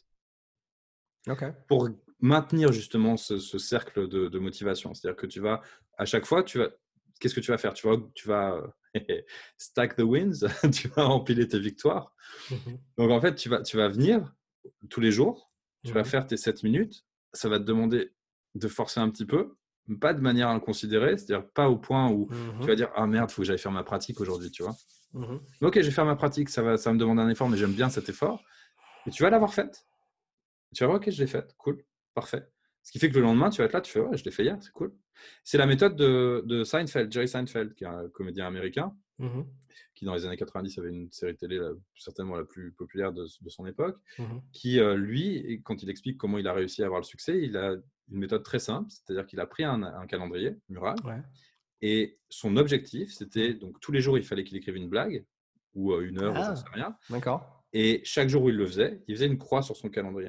Ok. Pour maintenir justement ce cercle de motivation. C'est-à-dire que à chaque fois, qu'est-ce que tu vas faire? Tu vas stack the wins, tu vas empiler tes victoires. Mhm. Donc en fait, tu vas venir tous les jours, tu vas Mhm. faire tes 7 minutes, ça va te demander de forcer un petit peu, pas de manière inconsidérée, c'est-à-dire pas au point où tu Mhm. vas dire ah merde, il faut que j'aille faire ma pratique aujourd'hui, tu vois. Mhm. Ok, je vais faire ma pratique, ça me demande un effort, mais j'aime bien cet effort. Et tu vas l'avoir faite. Tu vas voir, ok, je l'ai faite, cool, parfait. Ce qui fait que le lendemain, tu vas être là, tu fais ouais, je l'ai fait hier, c'est cool. C'est la méthode de Seinfeld, Jerry Seinfeld, qui est un comédien américain, Mhm. qui dans les années 90 avait une série télé certainement la plus populaire de son époque, Mhm. qui lui, quand il explique comment il a réussi à avoir le succès, il a une méthode très simple, c'est-à-dire qu'il a pris un calendrier mural Ouais. et son objectif, c'était Mhm. donc tous les jours, il fallait qu'il écrive une blague ou 1 heure ou j'en sais Ah, rien. d'accord. Et chaque jour où il le faisait, il faisait une croix sur son calendrier.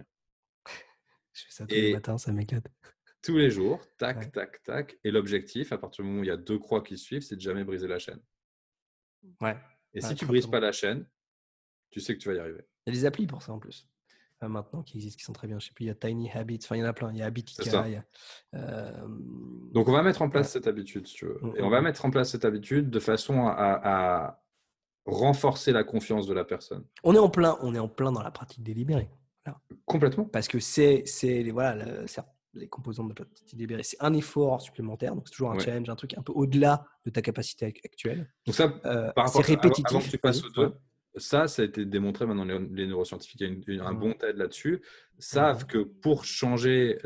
Je fais ça tous les Et matins, ça m'éclate. tous les jours, tac, Ouais. tac, tac. Et l'objectif, à partir du moment où il y a 2 croix qui suivent, c'est de jamais briser la chaîne. Ouais. Et si Ouais, tu très très brises bon. pas la chaîne, tu sais que tu vas y arriver. Il y a des applis pour ça en plus. Maintenant qui existent, qui sont très bien. Je sais plus, il y a Tiny Habits, enfin il y en a plein. Il y a C'est Habitica, ça. il y a, euh, Donc, on va mettre en ouais. place cette habitude, si tu veux. Mm, Et on mm, va mm. mettre en place cette habitude de façon à renforcer la confiance de la personne. On est en plein dans la pratique délibérée. Voilà. Complètement. Parce que voilà, certes, les composantes de la pratique délibérée, c'est un effort supplémentaire, donc c'est toujours un Ouais. challenge, un truc un peu au-delà de ta capacité actuelle. Donc ça, par C'est rapport avant que répétitif, tu passes vas-y. aux Ouais. deux, ça a été démontré maintenant, les neuroscientifiques, il y a un Mhm, bon TED là-dessus, savent mhm, que pour changer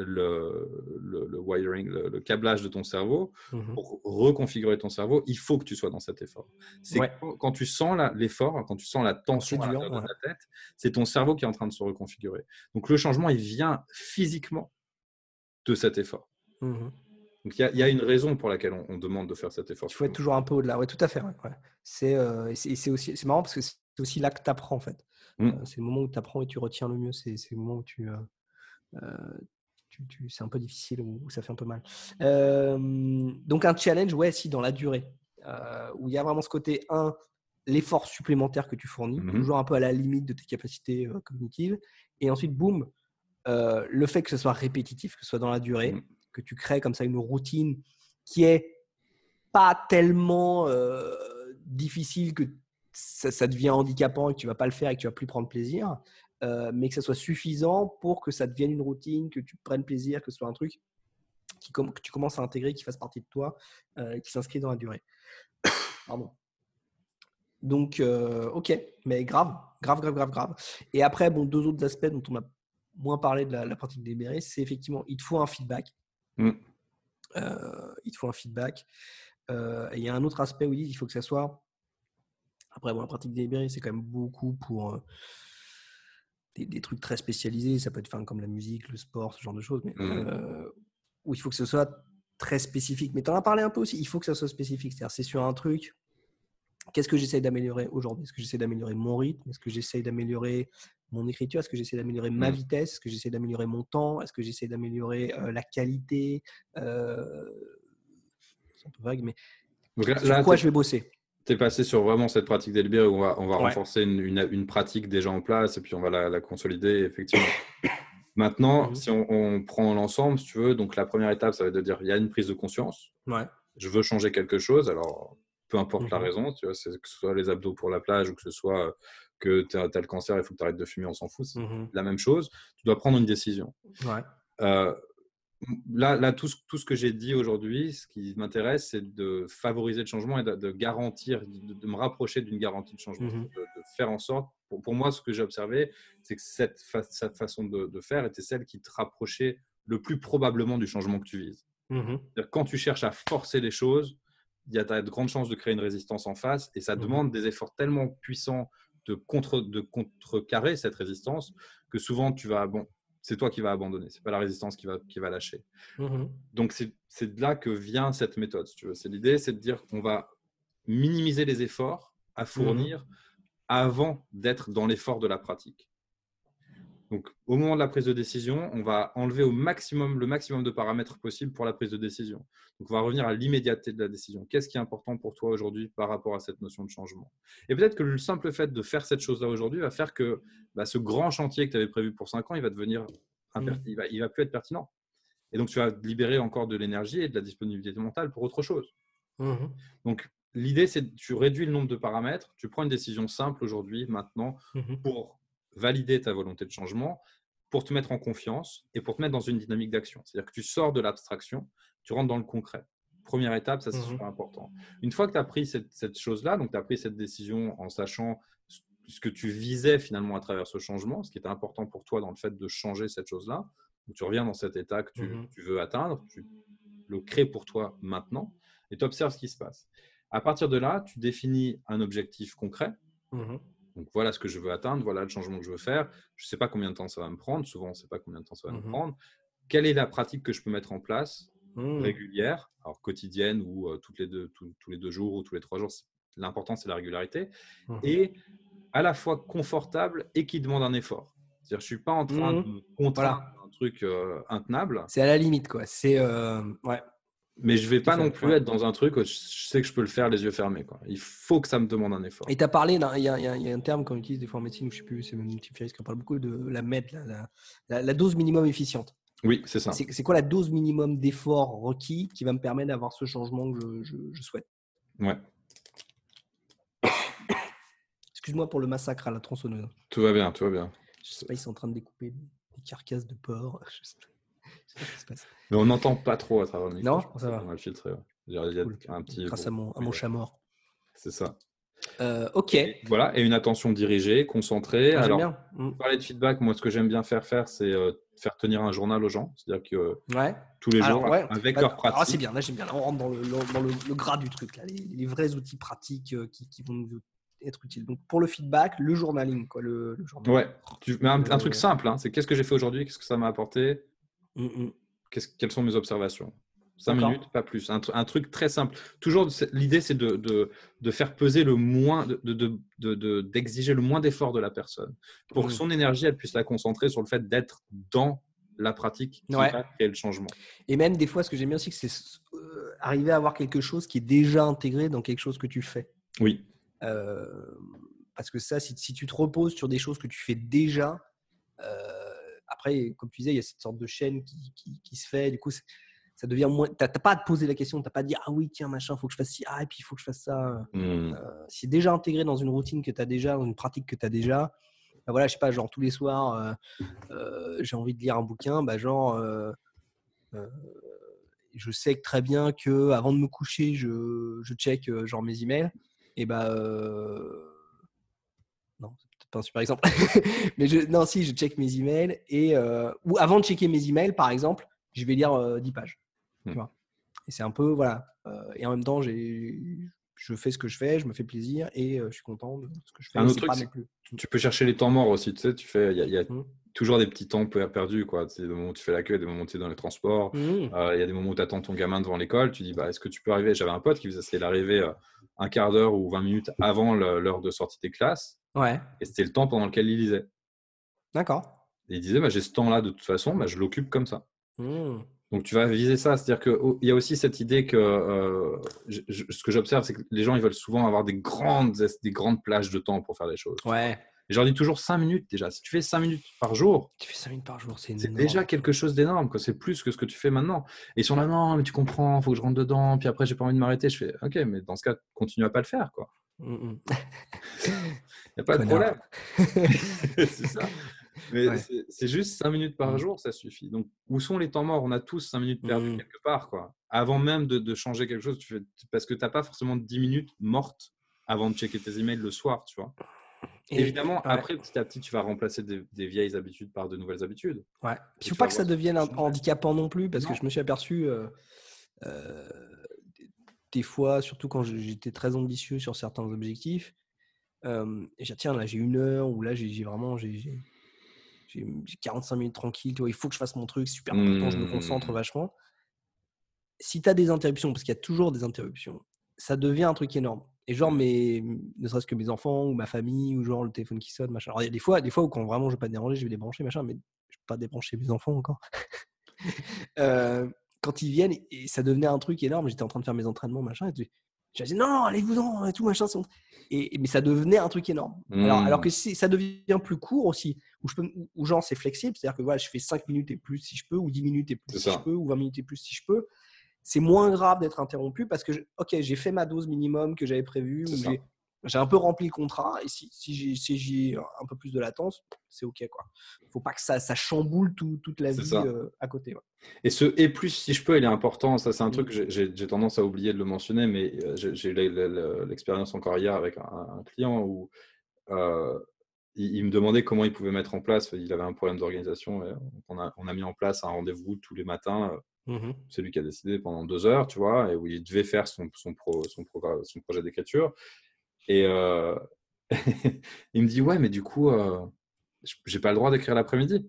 le wiring, le câblage de ton cerveau, mhm. pour reconfigurer ton cerveau, il faut que tu sois dans cet effort. C'est Ouais, quand tu sens l'effort, quand tu sens la quand tension c'est à dur. l'intérieur de Ouais. ta tête, c'est ton cerveau qui est en train de se reconfigurer. Donc le changement, il vient physiquement de cet effort. Mhm. Donc il y a une raison pour laquelle on demande de faire cet effort Il faut être supplémentaire. toujours un peu au-delà. Ouais, tout à fait. Ouais, ouais. C'est marrant parce que c'est aussi là que tu apprends en fait. Mm. C'est le moment où tu apprends et tu retiens le mieux. C'est le moment où euh, c'est un peu difficile ou ça fait un peu mal. Donc un challenge, ouais, si dans la durée, où il y a vraiment ce côté l'effort supplémentaire que tu fournis, Mhm. toujours un peu à la limite de tes capacités cognitives, et ensuite boum, le fait que ce soit répétitif, que ce soit dans la durée, Mm. que tu crées comme ça une routine qui est pas tellement difficile que ça devient handicapant et que tu vas pas le faire et que tu vas plus prendre plaisir, mais que ça soit suffisant pour que ça devienne une routine, que tu prennes plaisir, que ce soit un truc que tu commences à intégrer, qui fasse partie de toi, qui s'inscrit dans la durée. Pardon. Donc, ok, mais grave, grave, grave, grave, grave. Et après, bon, deux autres aspects dont on a moins parlé de la pratique délibérée, c'est effectivement, il te faut un feedback. Mm. Il te faut un feedback. Et il y a un autre aspect où il faut que ça soit. Après, bon, la pratique délibérée, c'est quand même beaucoup pour des trucs très spécialisés. Ça peut être comme la musique, le sport, ce genre de choses, mais Mm. où il faut que ce soit très spécifique. Mais tu en as parlé un peu aussi, il faut que ça soit spécifique. C'est-à-dire, c'est sur un truc. Qu'est-ce que j'essaie d'améliorer aujourd'hui? Est-ce que j'essaie d'améliorer mon rythme? Est-ce que j'essaie d'améliorer mon écriture? Est-ce que j'essaie d'améliorer ma Mm. vitesse? Est-ce que j'essaie d'améliorer mon temps? Est-ce que j'essaie d'améliorer la qualité? C'est un peu vague, mais Donc Sur quoi je vais bosser. tu es passé sur vraiment cette pratique délibérée où on va Ouais. renforcer une pratique déjà en place et puis on va la consolider, effectivement. Maintenant, si on prend l'ensemble, si tu veux, donc la première étape, ça va être de dire il y a une prise de conscience. Ouais. Je veux changer quelque chose. Alors, peu importe la raison, tu vois, que ce soit les abdos pour la plage ou que ce soit que tu as le cancer, il faut que tu arrêtes de fumer, on s'en fout. C'est la même chose. Tu dois prendre une décision. Ouais. Là, tout ce que j'ai dit aujourd'hui, ce qui m'intéresse, c'est de favoriser le changement et de garantir, de me rapprocher d'une garantie de changement. De faire en sorte, pour moi, ce que j'ai observé, c'est que cette façon de faire était celle qui te rapprochait le plus probablement du changement que tu vises. Quand tu cherches à forcer les choses, il y a de grandes chances de créer une résistance en face et ça demande des efforts tellement puissants de contrecarrer cette résistance que souvent c'est toi qui vas abandonner, c'est pas la résistance qui va lâcher. Donc c'est de là que vient cette méthode, si tu veux. L'idée, c'est de dire qu'on va minimiser les efforts à fournir avant d'être dans l'effort de la pratique. Donc, au moment de la prise de décision, on va enlever le maximum de paramètres possibles pour la prise de décision. Donc, on va revenir à l'immédiateté de la décision. Qu'est-ce qui est important pour toi aujourd'hui par rapport à cette notion de changement? Et peut-être que le simple fait de faire cette chose-là aujourd'hui va faire que ce grand chantier que tu avais prévu pour 5 ans, il va devenir il va plus être pertinent. Et donc, tu vas libérer encore de l'énergie et de la disponibilité mentale pour autre chose. Donc, l'idée, c'est que tu réduis le nombre de paramètres, tu prends une décision simple aujourd'hui, maintenant, pour valider ta volonté de changement, pour te mettre en confiance et pour te mettre dans une dynamique d'action. C'est-à-dire que tu sors de l'abstraction, tu rentres dans le concret. Première étape, ça c'est super important. Une fois que tu as pris cette chose-là, donc tu as pris cette décision en sachant ce que tu visais finalement à travers ce changement, ce qui était important pour toi dans le fait de changer cette chose-là, donc tu reviens dans cet état que tu veux atteindre, tu le crées pour toi maintenant et tu observes ce qui se passe. À partir de là, tu définis un objectif concret. Donc, voilà ce que je veux atteindre, voilà le changement que je veux faire. Je ne sais pas combien de temps ça va me prendre. Souvent, on ne sait pas combien de temps ça va nous prendre. Quelle est la pratique que je peux mettre en place régulière, alors quotidienne ou tous les 2 jours ou tous les 3 jours. L'important, c'est la régularité. Et à la fois confortable et qui demande un effort. C'est-à-dire, je ne suis pas en train de me contraindre un truc intenable. C'est à la limite, quoi. C'est ouais. Mais je ne vais pas non plus être dans un truc où je sais que je peux le faire les yeux fermés, quoi. Il faut que ça me demande un effort. Et tu as parlé, il y a un terme qu'on utilise des fois en médecine, ou je ne sais plus, c'est même Tim Ferriss qui en parle beaucoup, de la MED, la dose minimum efficiente. Oui, c'est ça. C'est quoi la dose minimum d'effort requis qui va me permettre d'avoir ce changement que je souhaite? Ouais. Excuse-moi pour le massacre à la tronçonneuse. Tout va bien, tout va bien. Je ne sais pas, ils sont en train de découper des carcasses de porc. Je sais pas ce qui se passe. Mais on n'entend pas trop à travers le micro. Non, ça va. On va le filtrer. Il y a Cool. un petit grâce à mon chat mort. C'est ça. Ok. Voilà, et une attention dirigée, concentrée. Ah, alors, bien. Pour parler de feedback, moi, ce que j'aime bien faire, c'est faire tenir un journal aux gens. C'est-à-dire que tous les jours, avec leur pratique. Ah, c'est bien, là, j'aime bien. Là, on rentre dans le gras du truc, là, les vrais outils pratiques qui vont nous être utiles. Donc, pour le feedback, le journaling, quoi, le journal. Ouais, mais un truc simple, hein, c'est qu'est-ce que j'ai fait aujourd'hui, qu'est-ce que ça m'a apporté, quelles sont mes observations. 5 minutes, pas plus. Un truc très simple. Toujours, l'idée, c'est de faire peser le moins, d'exiger le moins d'efforts de la personne pour que son énergie, elle puisse la concentrer sur le fait d'être dans la pratique qui va créer le changement. Et même des fois, ce que j'aime bien aussi, c'est arriver à avoir quelque chose qui est déjà intégré dans quelque chose que tu fais. Oui. Parce que ça, si tu te reposes sur des choses que tu fais déjà, après, comme tu disais, il y a cette sorte de chaîne qui se fait. Du coup, ça devient moins. Tu n'as pas à te poser la question, tu n'as pas à dire ah oui, tiens, machin, il faut que je fasse ci, et puis il faut que je fasse ça. C'est déjà intégré dans une routine que tu as déjà, dans une pratique que tu as déjà. Ben voilà, je sais pas, genre tous les soirs, j'ai envie de lire un bouquin, je sais que très bien que avant de me coucher, je check genre mes emails. Et non, c'est peut-être pas un super exemple. Mais je check mes emails ou avant de checker mes emails, par exemple, je vais lire 10 pages. Tu vois. Et c'est un peu, voilà. Et en même temps, je fais ce que je fais, je me fais plaisir et je suis content de ce que je fais. Un autre truc, c'est que tu peux chercher les temps morts aussi. Tu sais, il y a toujours des petits temps perdus, quoi. C'est des moments où tu fais la queue, des moments où tu es dans les transports. Il y a des moments où tu attends ton gamin devant l'école. Tu dis, est-ce que tu peux arriver? J'avais un pote qui faisait essayer d'arriver un quart d'heure ou 20 minutes avant l'heure de sortie des classes. Ouais. Et c'était le temps pendant lequel il lisait. D'accord. Et il disait, j'ai ce temps-là de toute façon, je l'occupe comme ça. Donc, tu vas viser ça. C'est-à-dire qu'il y a aussi cette idée que ce que j'observe, c'est que les gens, ils veulent souvent avoir des grandes plages de temps pour faire des choses. Ouais. Et je leur dis toujours 5 minutes déjà. Si tu fais 5 minutes par jour, Tu fais 5 minutes par jour, c'est c'est énorme. déjà quelque chose d'énorme. C'est plus que ce que tu fais maintenant. Et ils sont là, non, mais tu comprends, il faut que je rentre dedans. Puis après, j'ai pas envie de m'arrêter. Je fais, OK, mais dans ce cas, continue à pas le faire, quoi. Mm, Il n'y a pas de Connard. problème. C'est ça. Mais Ouais. c'est juste 5 minutes par Mm. jour, ça suffit. Donc, où sont les temps morts? On a tous 5 minutes perdues Mm. quelque part, quoi. Avant même de changer quelque chose, parce que tu n'as pas forcément 10 minutes mortes avant de checker tes emails le soir, tu vois. Évidemment, Ouais. après, petit à petit, tu vas remplacer des vieilles habitudes par de nouvelles habitudes. Ouais. Et Il faut tu vas pas que ça voir si devienne ça change. handicapant non plus, parce que Non. je me suis aperçu euh, des fois, surtout quand j'étais très ambitieux sur certains objectifs, j'ai tiens, là j'ai 1 heure, ou là j'ai vraiment j'ai 45 minutes tranquille, tu vois, il faut que je fasse mon truc, c'est super important, je me concentre vachement. Si tu as des interruptions, parce qu'il y a toujours des interruptions, ça devient un truc énorme. Et genre, ne serait-ce que mes enfants ou ma famille, ou genre le téléphone qui sonne, machin. Alors, il y a des fois où quand vraiment je veux pas te déranger, je vais débrancher, machin, mais je peux pas débrancher mes enfants encore. Quand ils viennent, et ça devenait un truc énorme, j'étais en train de faire mes entraînements, machin, et je disais non, allez-vous-en, et tout, machin. Mais ça devenait un truc énorme. Alors que si ça devient plus court aussi, où genre c'est flexible, c'est-à-dire que voilà, je fais 5 minutes et plus si je peux, ou 10 minutes et plus C'est si je ça. peux, ou 20 minutes et plus si je peux. C'est moins grave d'être interrompu parce que j'ai fait ma dose minimum que j'avais prévue, C'est ou ça. j'ai un peu rempli le contrat, et si j'ai un peu plus de latence, c'est OK, quoi. Faut pas que ça chamboule toute la C'est vie ça. à côté. Ouais. Et plus si je peux, il est important. Ça, c'est un truc Mm. que j'ai tendance à oublier de le mentionner, mais j'ai eu l'expérience encore hier avec un client où euh, il me demandait comment il pouvait mettre en place. Il avait un problème d'organisation. Et on a mis en place un rendez-vous tous les matins. Mhm. C'est lui qui a décidé pendant 2 heures, tu vois, et où il devait faire son projet d'écriture. Et il me dit, ouais, mais du coup, j'ai pas le droit d'écrire l'après-midi.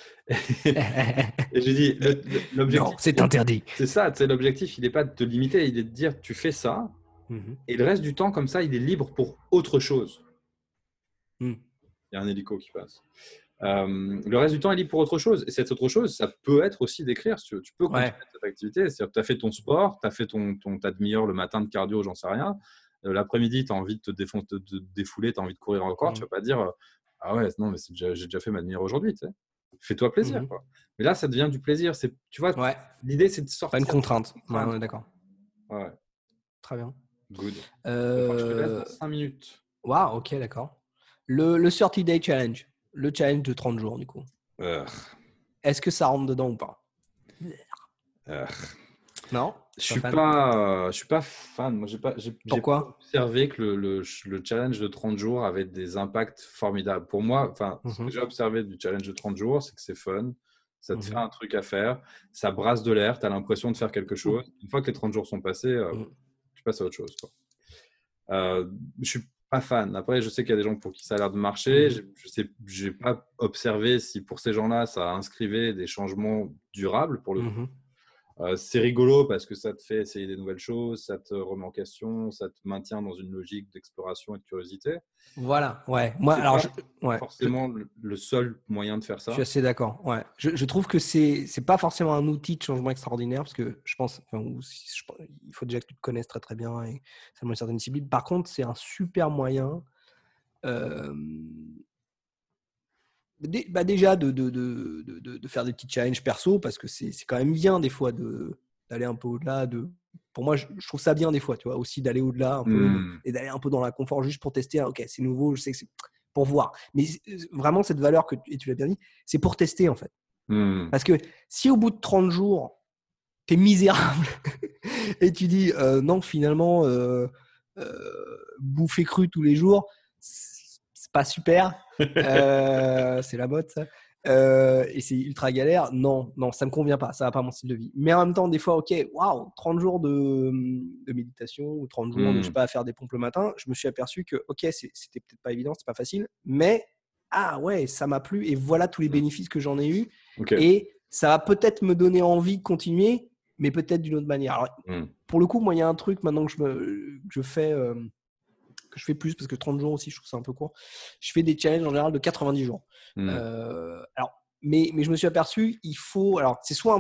Et j'ai dit, Non, l'objectif, c'est interdit. c'est ça, tu sais, l'objectif, il n'est pas de te limiter, il est de dire, tu fais ça, Mhm. et le reste du temps, comme ça, il est libre pour autre chose. Mm. Il y a un hélico qui passe. Le reste du temps est libre pour autre chose. Et cette autre chose, ça peut être aussi d'écrire. Tu peux continuer Ouais. cette activité. C'est-à-dire que tu as fait ton sport, tu as fait ta demi-heure le matin de cardio, j'en sais rien. L'après-midi, tu as envie de te défouler, tu as envie de courir encore. Tu Mm. vas pas dire ah ouais, non, mais j'ai déjà fait ma demi-heure aujourd'hui. Tu sais. Fais-toi plaisir. Mhm. Quoi. Mais là, ça devient du plaisir. Tu vois, Ouais. l'idée, c'est de Pas une sortir de contrainte. cette Ouais, contrainte. on est d'accord. Ouais, Très bien. good. Attends, je te laisse dans 5 minutes. Waouh, ok, d'accord. Le 30 Day Challenge. Le challenge de 30 jours, du coup. Euh, Est-ce que ça rentre dedans ou pas? euh. Non? Je Pas suis fan? pas, je suis pas fan. Moi, j'ai pas Pourquoi? observé que le challenge de 30 jours avait des impacts formidables. Pour moi, enfin, ce que Mhm. j'ai observé du challenge de 30 jours, c'est que c'est fun. Ça te fait Mhm. un truc à faire. Ça brasse de l'air. Tu as l'impression de faire quelque chose. Une fois que les 30 jours sont passés, Mhm. tu passes à autre chose, quoi. Je suis pas fan. Après, je sais qu'il y a des gens pour qui ça a l'air de marcher. Mhm. Je n'ai pas observé si pour ces gens-là, ça inscrivait des changements durables pour le coup. Mhm. C'est rigolo parce que ça te fait essayer des nouvelles choses, ça te remet en question, ça te maintient dans une logique d'exploration et de curiosité. Voilà, ouais. Moi, C'est alors, pas ouais, forcément le seul moyen de faire je suis ça. assez d'accord. Ouais. Je trouve que c'est pas forcément un outil de changement extraordinaire, parce que je pense, enfin, il faut déjà que tu te connaisses très très bien et ça demande une certaine discipline. Par contre, c'est un super moyen euh, déjà de faire des petits challenges perso, parce que c'est quand même bien des fois d'aller un peu au-delà pour moi, je trouve ça bien des fois, tu vois, aussi d'aller au-delà un peu et d'aller un peu dans l'inconfort juste pour tester. Ok, c'est nouveau, je sais que c'est pour voir. Mais vraiment, cette valeur et tu l'as bien dit, c'est pour tester en fait. Parce que si au bout de 30 jours, t'es misérable et tu dis non, finalement, bouffer cru tous les jours, c'est pas super. C'est la mode, ça. Et c'est ultra galère. Non, ça me convient pas. Ça va pas mon style de vie. Mais en même temps, des fois, ok, waouh, 30 jours de méditation ou 30 jours de, je sais pas, à faire des pompes le matin. Je me suis aperçu que, ok, c'était peut-être pas évident, c'était pas facile, mais ah ouais, ça m'a plu et voilà tous les bénéfices que j'en ai eu. Ok. Et ça va peut-être me donner envie de continuer, mais peut-être d'une autre manière. Alors, pour le coup, moi, il y a un truc maintenant que je fais. Que je fais plus, parce que 30 jours aussi, je trouve ça un peu court. Je fais des challenges en général de 90 jours. Alors, mais je me suis aperçu, il faut. Alors, c'est soit un truc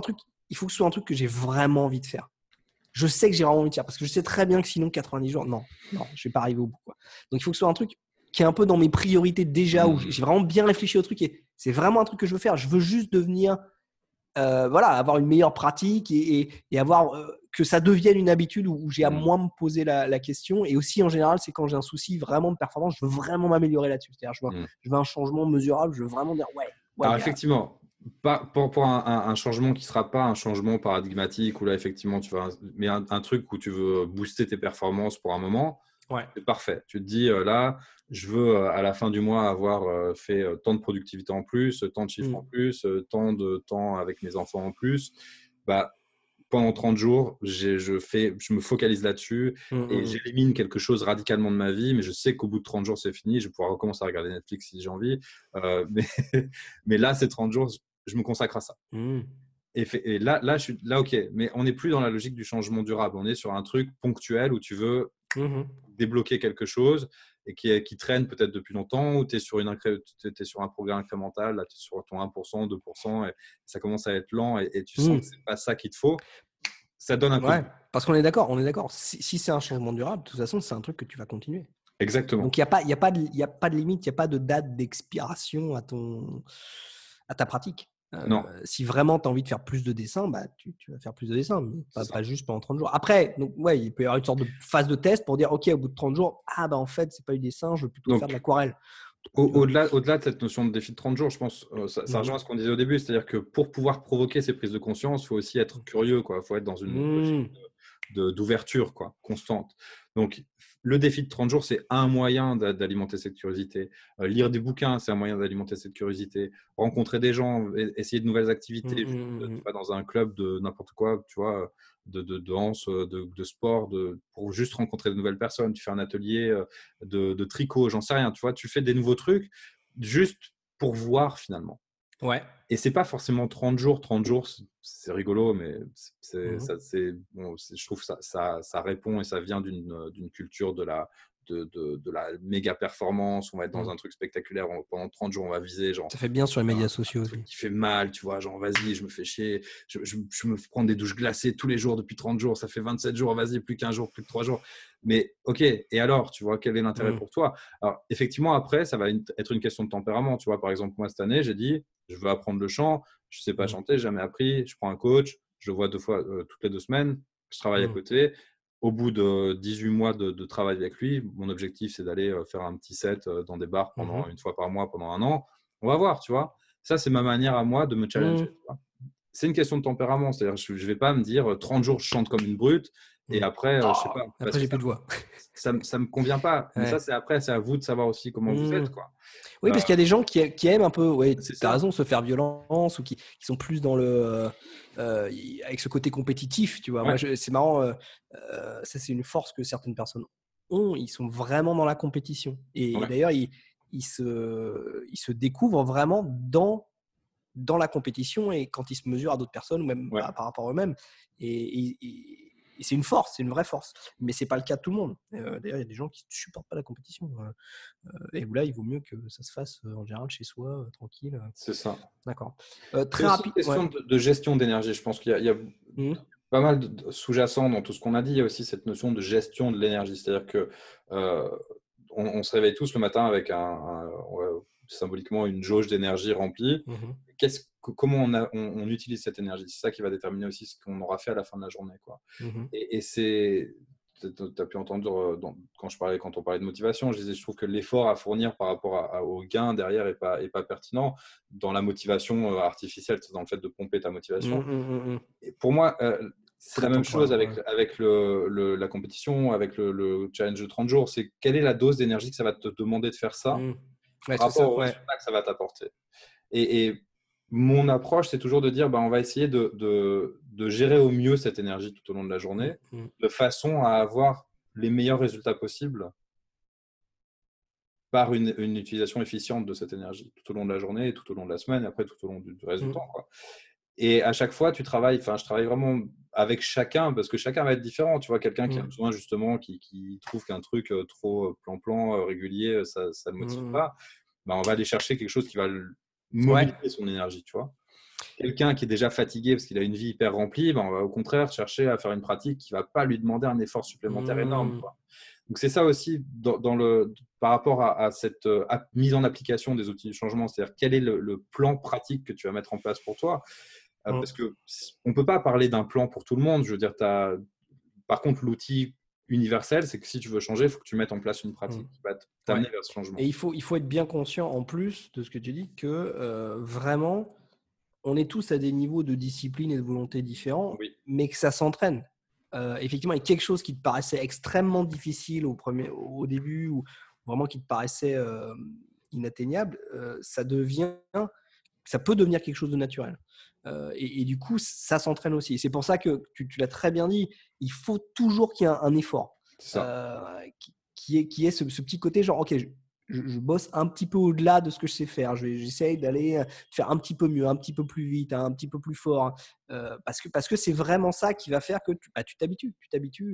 il faut que ce soit un truc que j'ai vraiment envie de faire. Je sais que j'ai vraiment envie de faire parce que je sais très bien que sinon 90 jours, non, je vais pas arriver au bout, quoi. Donc il faut que ce soit un truc qui est un peu dans mes priorités déjà, où j'ai vraiment bien réfléchi au truc et c'est vraiment un truc que je veux faire. Je veux juste devenir, avoir une meilleure pratique et avoir que ça devienne une habitude où j'ai à moins me poser la question. Et aussi en général, c'est quand j'ai un souci vraiment de performance, je veux vraiment m'améliorer là-dessus. C'est-à-dire, je veux un changement mesurable. Je veux vraiment dire ouais. Alors effectivement, pour un changement qui ne sera pas un changement paradigmatique où là effectivement mais un truc où tu veux booster tes performances pour un moment, c'est parfait. Tu te dis là, je veux à la fin du mois avoir fait tant de productivité en plus, tant de chiffres en plus, tant de temps avec mes enfants en plus. Bah, pendant 30 jours, je me focalise là-dessus et j'élimine quelque chose radicalement de ma vie, mais je sais qu'au bout de 30 jours, c'est fini. Je vais pouvoir recommencer à regarder Netflix si j'ai envie. Mais là, ces 30 jours, je me consacre à ça. Et là, je suis là, OK. Mais on n'est plus dans la logique du changement durable. On est sur un truc ponctuel où tu veux débloquer quelque chose et qui traîne peut-être depuis longtemps, ou tu es sur un progrès incrémental, là tu es sur ton 1%, 2%, et ça commence à être lent et tu sens que c'est pas ça qu'il te faut, ça donne un coup. Parce qu'on est d'accord, si c'est un changement durable, de toute façon, c'est un truc que tu vas continuer. Exactement. Donc, il n'y a pas de limite, il n'y a pas de date d'expiration à ta pratique. Non. Si vraiment tu as envie de faire plus de dessins, bah, tu vas faire plus de dessins, mais pas juste pendant 30 jours. Après, donc, il peut y avoir une sorte de phase de test pour dire, OK, au bout de 30 jours, en fait, c'est pas du dessin, je veux plutôt faire de l'aquarelle. Au-delà de cette notion de défi de 30 jours, je pense ça rejoint ce qu'on disait au début, c'est-à-dire que pour pouvoir provoquer ces prises de conscience, il faut aussi être curieux, quoi. Il faut être dans une logique d'ouverture constante. Donc, le défi de 30 jours, c'est un moyen d'alimenter cette curiosité. Lire des bouquins, c'est un moyen d'alimenter cette curiosité. Rencontrer des gens, essayer de nouvelles activités. Pas dans un club de n'importe quoi, tu vois, de danse, de sport, pour juste rencontrer de nouvelles personnes. Tu fais un atelier de tricot, j'en sais rien. Tu vois, tu fais des nouveaux trucs juste pour voir finalement. Et c'est pas forcément 30 jours. 30 jours, c'est rigolo, mais je trouve que ça répond et ça vient d'une culture de la méga performance. On va être dans un truc spectaculaire pendant 30 jours, on va viser. Genre, ça fait bien sur les médias sociaux aussi. Qui fait mal, tu vois. Genre, vas-y, je me fais chier. Je me prends des douches glacées tous les jours depuis 30 jours. Ça fait 27 jours. Vas-y, plus qu'un jour, plus que 3 jours. Mais OK, et alors, tu vois, quel est l'intérêt pour toi? Alors, effectivement, après, ça va être une question de tempérament. Tu vois, par exemple, moi, cette année, j'ai dit, je veux apprendre le chant. Je ne sais pas chanter, j'ai jamais appris. Je prends un coach. Je le vois 2 fois toutes les 2 semaines. Je travaille à côté. Au bout de 18 mois de travail avec lui, mon objectif, c'est d'aller faire un petit set dans des bars pendant une fois par mois pendant 1 an. On va voir, tu vois. Ça, c'est ma manière à moi de me challenger. Tu vois. C'est une question de tempérament. C'est-à-dire, je ne vais pas me dire 30 jours, je chante comme une brute. Et après, je sais pas. Après, j'ai plus de voix. Ça me convient pas. Mais ça, c'est à vous de savoir aussi comment vous êtes, quoi. Oui, parce qu'il y a des gens qui aiment un peu, tu as raison, se faire violence ou qui sont plus dans avec ce côté compétitif, tu vois. Moi, c'est marrant, ça c'est une force que certaines personnes ont, ils sont vraiment dans la compétition. Et d'ailleurs, ils se découvrent vraiment dans la compétition et quand ils se mesurent à d'autres personnes ou même par rapport à eux-mêmes. Et c'est une force, c'est une vraie force. Mais ce n'est pas le cas de tout le monde. D'ailleurs, il y a des gens qui ne supportent pas la compétition. Et là, il vaut mieux que ça se fasse en général chez soi, tranquille. C'est ça. D'accord. Très rapide. C'est une question de gestion d'énergie. Je pense qu'il y a pas mal sous-jacent dans tout ce qu'on a dit. Il y a aussi cette notion de gestion de l'énergie. C'est-à-dire que on se réveille tous le matin avec symboliquement une jauge d'énergie remplie. Comment on utilise cette énergie? C'est ça qui va déterminer aussi ce qu'on aura fait à la fin de la journée, quoi. Et tu as pu entendre quand on parlait de motivation, je trouve que l'effort à fournir par rapport au gain derrière est pas pertinent dans la motivation artificielle, dans le fait de pomper ta motivation. Et pour moi, c'est la même chose avec la compétition, avec le challenge de 30 jours. C'est quelle est la dose d'énergie que ça va te demander de faire ça par rapport au résultat que ça va t'apporter. Et mon approche, c'est toujours de dire, on va essayer de gérer au mieux cette énergie tout au long de la journée, de façon à avoir les meilleurs résultats possibles par une utilisation efficiente de cette énergie tout au long de la journée, tout au long de la semaine, et après tout au long du reste du temps, quoi. Et à chaque fois, je travaille vraiment avec chacun, parce que chacun va être différent. Tu vois, quelqu'un qui a besoin justement, qui trouve qu'un truc trop plan-plan, régulier, ça ne le motive pas. On va aller chercher quelque chose qui va mobiliser son énergie, tu vois. Quelqu'un qui est déjà fatigué parce qu'il a une vie hyper remplie, ben, on va au contraire chercher à faire une pratique qui ne va pas lui demander un effort supplémentaire énorme, Mmh. quoi. Donc, c'est ça aussi par rapport à cette mise en application des outils du changement. C'est-à-dire, quel est le plan pratique que tu vas mettre en place pour toi? Mmh. Parce qu'on ne peut pas parler d'un plan pour tout le monde. Je veux dire, par contre, l'outil universel, c'est que si tu veux changer, il faut que tu mettes en place une Mmh. pratique qui va Ouais. t'amener vers ce changement. Et il faut être bien conscient, en plus de ce que tu dis, que vraiment, on est tous à des niveaux de discipline et de volonté différents, Oui, mais que ça s'entraîne. Effectivement, il y a quelque chose qui te paraissait extrêmement difficile au début, ou vraiment qui te paraissait inatteignable, ça peut devenir quelque chose de naturel. Et du coup, ça s'entraîne aussi. Et c'est pour ça que tu l'as très bien dit, il faut toujours qu'il y ait un effort, c'est ça. qui est ce petit côté genre, ok, je bosse un petit peu au-delà de ce que je sais faire. J'essaye d'aller faire un petit peu mieux, un petit peu plus vite, hein, un petit peu plus fort, hein, parce que c'est vraiment ça qui va faire que tu t'habitues. Tu t'habitues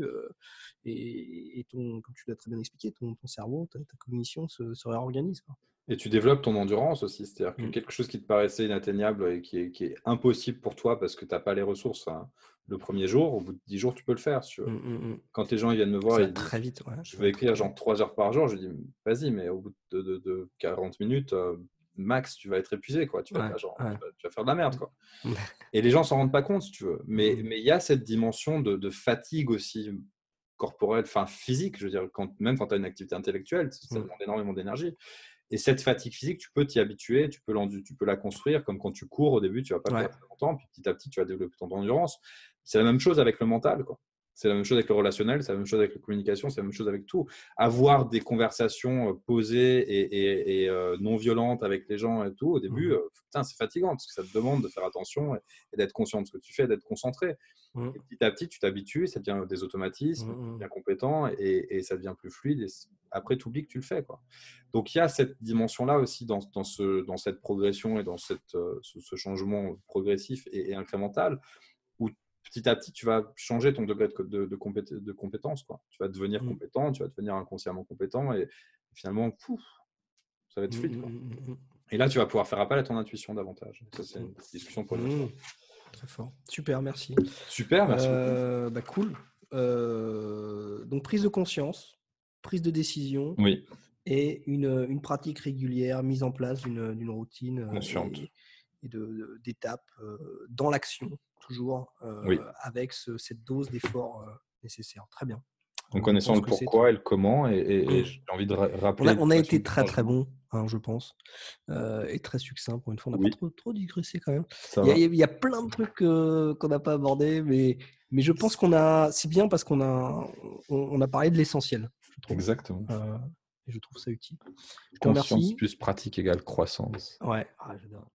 et comme tu l'as très bien expliqué, ton cerveau, ta cognition se réorganise, quoi. Et tu développes ton endurance aussi. C'est-à-dire que Mm. quelque chose qui te paraissait inatteignable et qui est impossible pour toi parce que tu n'as pas les ressources, hein, le premier jour, au bout de 10 jours, tu peux le faire, si tu Mm, veux. mm, mm. Quand les gens ils viennent me voir Ça et va ils très disent vite, ouais, je ça vais va très écrire très genre vite. 3 heures par jour, je dis vas-y, mais au bout de 40 minutes, max, tu vas être épuisé, quoi. Tu vas être Ouais, là, genre, ouais. tu vas faire de la merde, quoi. Et les gens s'en rendent pas compte, si tu veux. Mais Mm, il y a cette dimension de fatigue aussi corporelle, enfin physique, je veux dire, même quand tu as une activité intellectuelle, ça mm, demande énormément d'énergie. Et cette fatigue physique, tu peux t'y habituer, tu peux la construire, comme quand tu cours au début, tu vas pas ouais. courir très longtemps, puis petit à petit, tu vas développer ton endurance. C'est la même chose avec le mental, quoi. C'est la même chose avec le relationnel, c'est la même chose avec la communication, c'est la même chose avec tout. Avoir des conversations posées et non violentes avec les gens et tout, au début, Mm, putain, c'est fatigant parce que ça te demande de faire attention et d'être conscient de ce que tu fais, d'être concentré. mm, Et petit à petit, tu t'habitues, ça devient des automatismes, tu mm, deviens compétent et ça devient plus fluide. Et après, tu oublies que tu le fais, quoi. Donc, il y a cette dimension-là aussi dans cette progression et dans ce changement progressif et incrémental où petit à petit, tu vas changer ton degré de compétence, quoi. Tu vas devenir mm, compétent, tu vas devenir inconsciemment compétent et finalement, pouf, ça va être mm, fluide, quoi. mm, mm, Et là, tu vas pouvoir faire appel à ton intuition davantage. Ça, c'est mm, une discussion pour une autre mm. fois. Très fort. Super, merci. Super, merci beaucoup. Bah, cool. Donc, prise de conscience, prise de décision Oui, et une pratique régulière, mise en place d'une routine consciente. d'étapes dans l'action, toujours Oui. avec cette dose d'effort nécessaire. Très bien. En Je connaissant pense le que c'est très pourquoi et bien. le comment, et Mm. j'ai envie de rappeler On a l'équation été du très très changement. bon, hein, je pense, et très succinct pour une fois. On n'a pas Oui, trop digressé quand même. ça va. Il y a plein de trucs qu'on n'a pas abordés, mais je pense c'est bien parce on a parlé de l'essentiel, je trouve. Exactement. Et je trouve ça utile. Je te Conscience remercie. plus pratique égale croissance. Ouais, j'adore.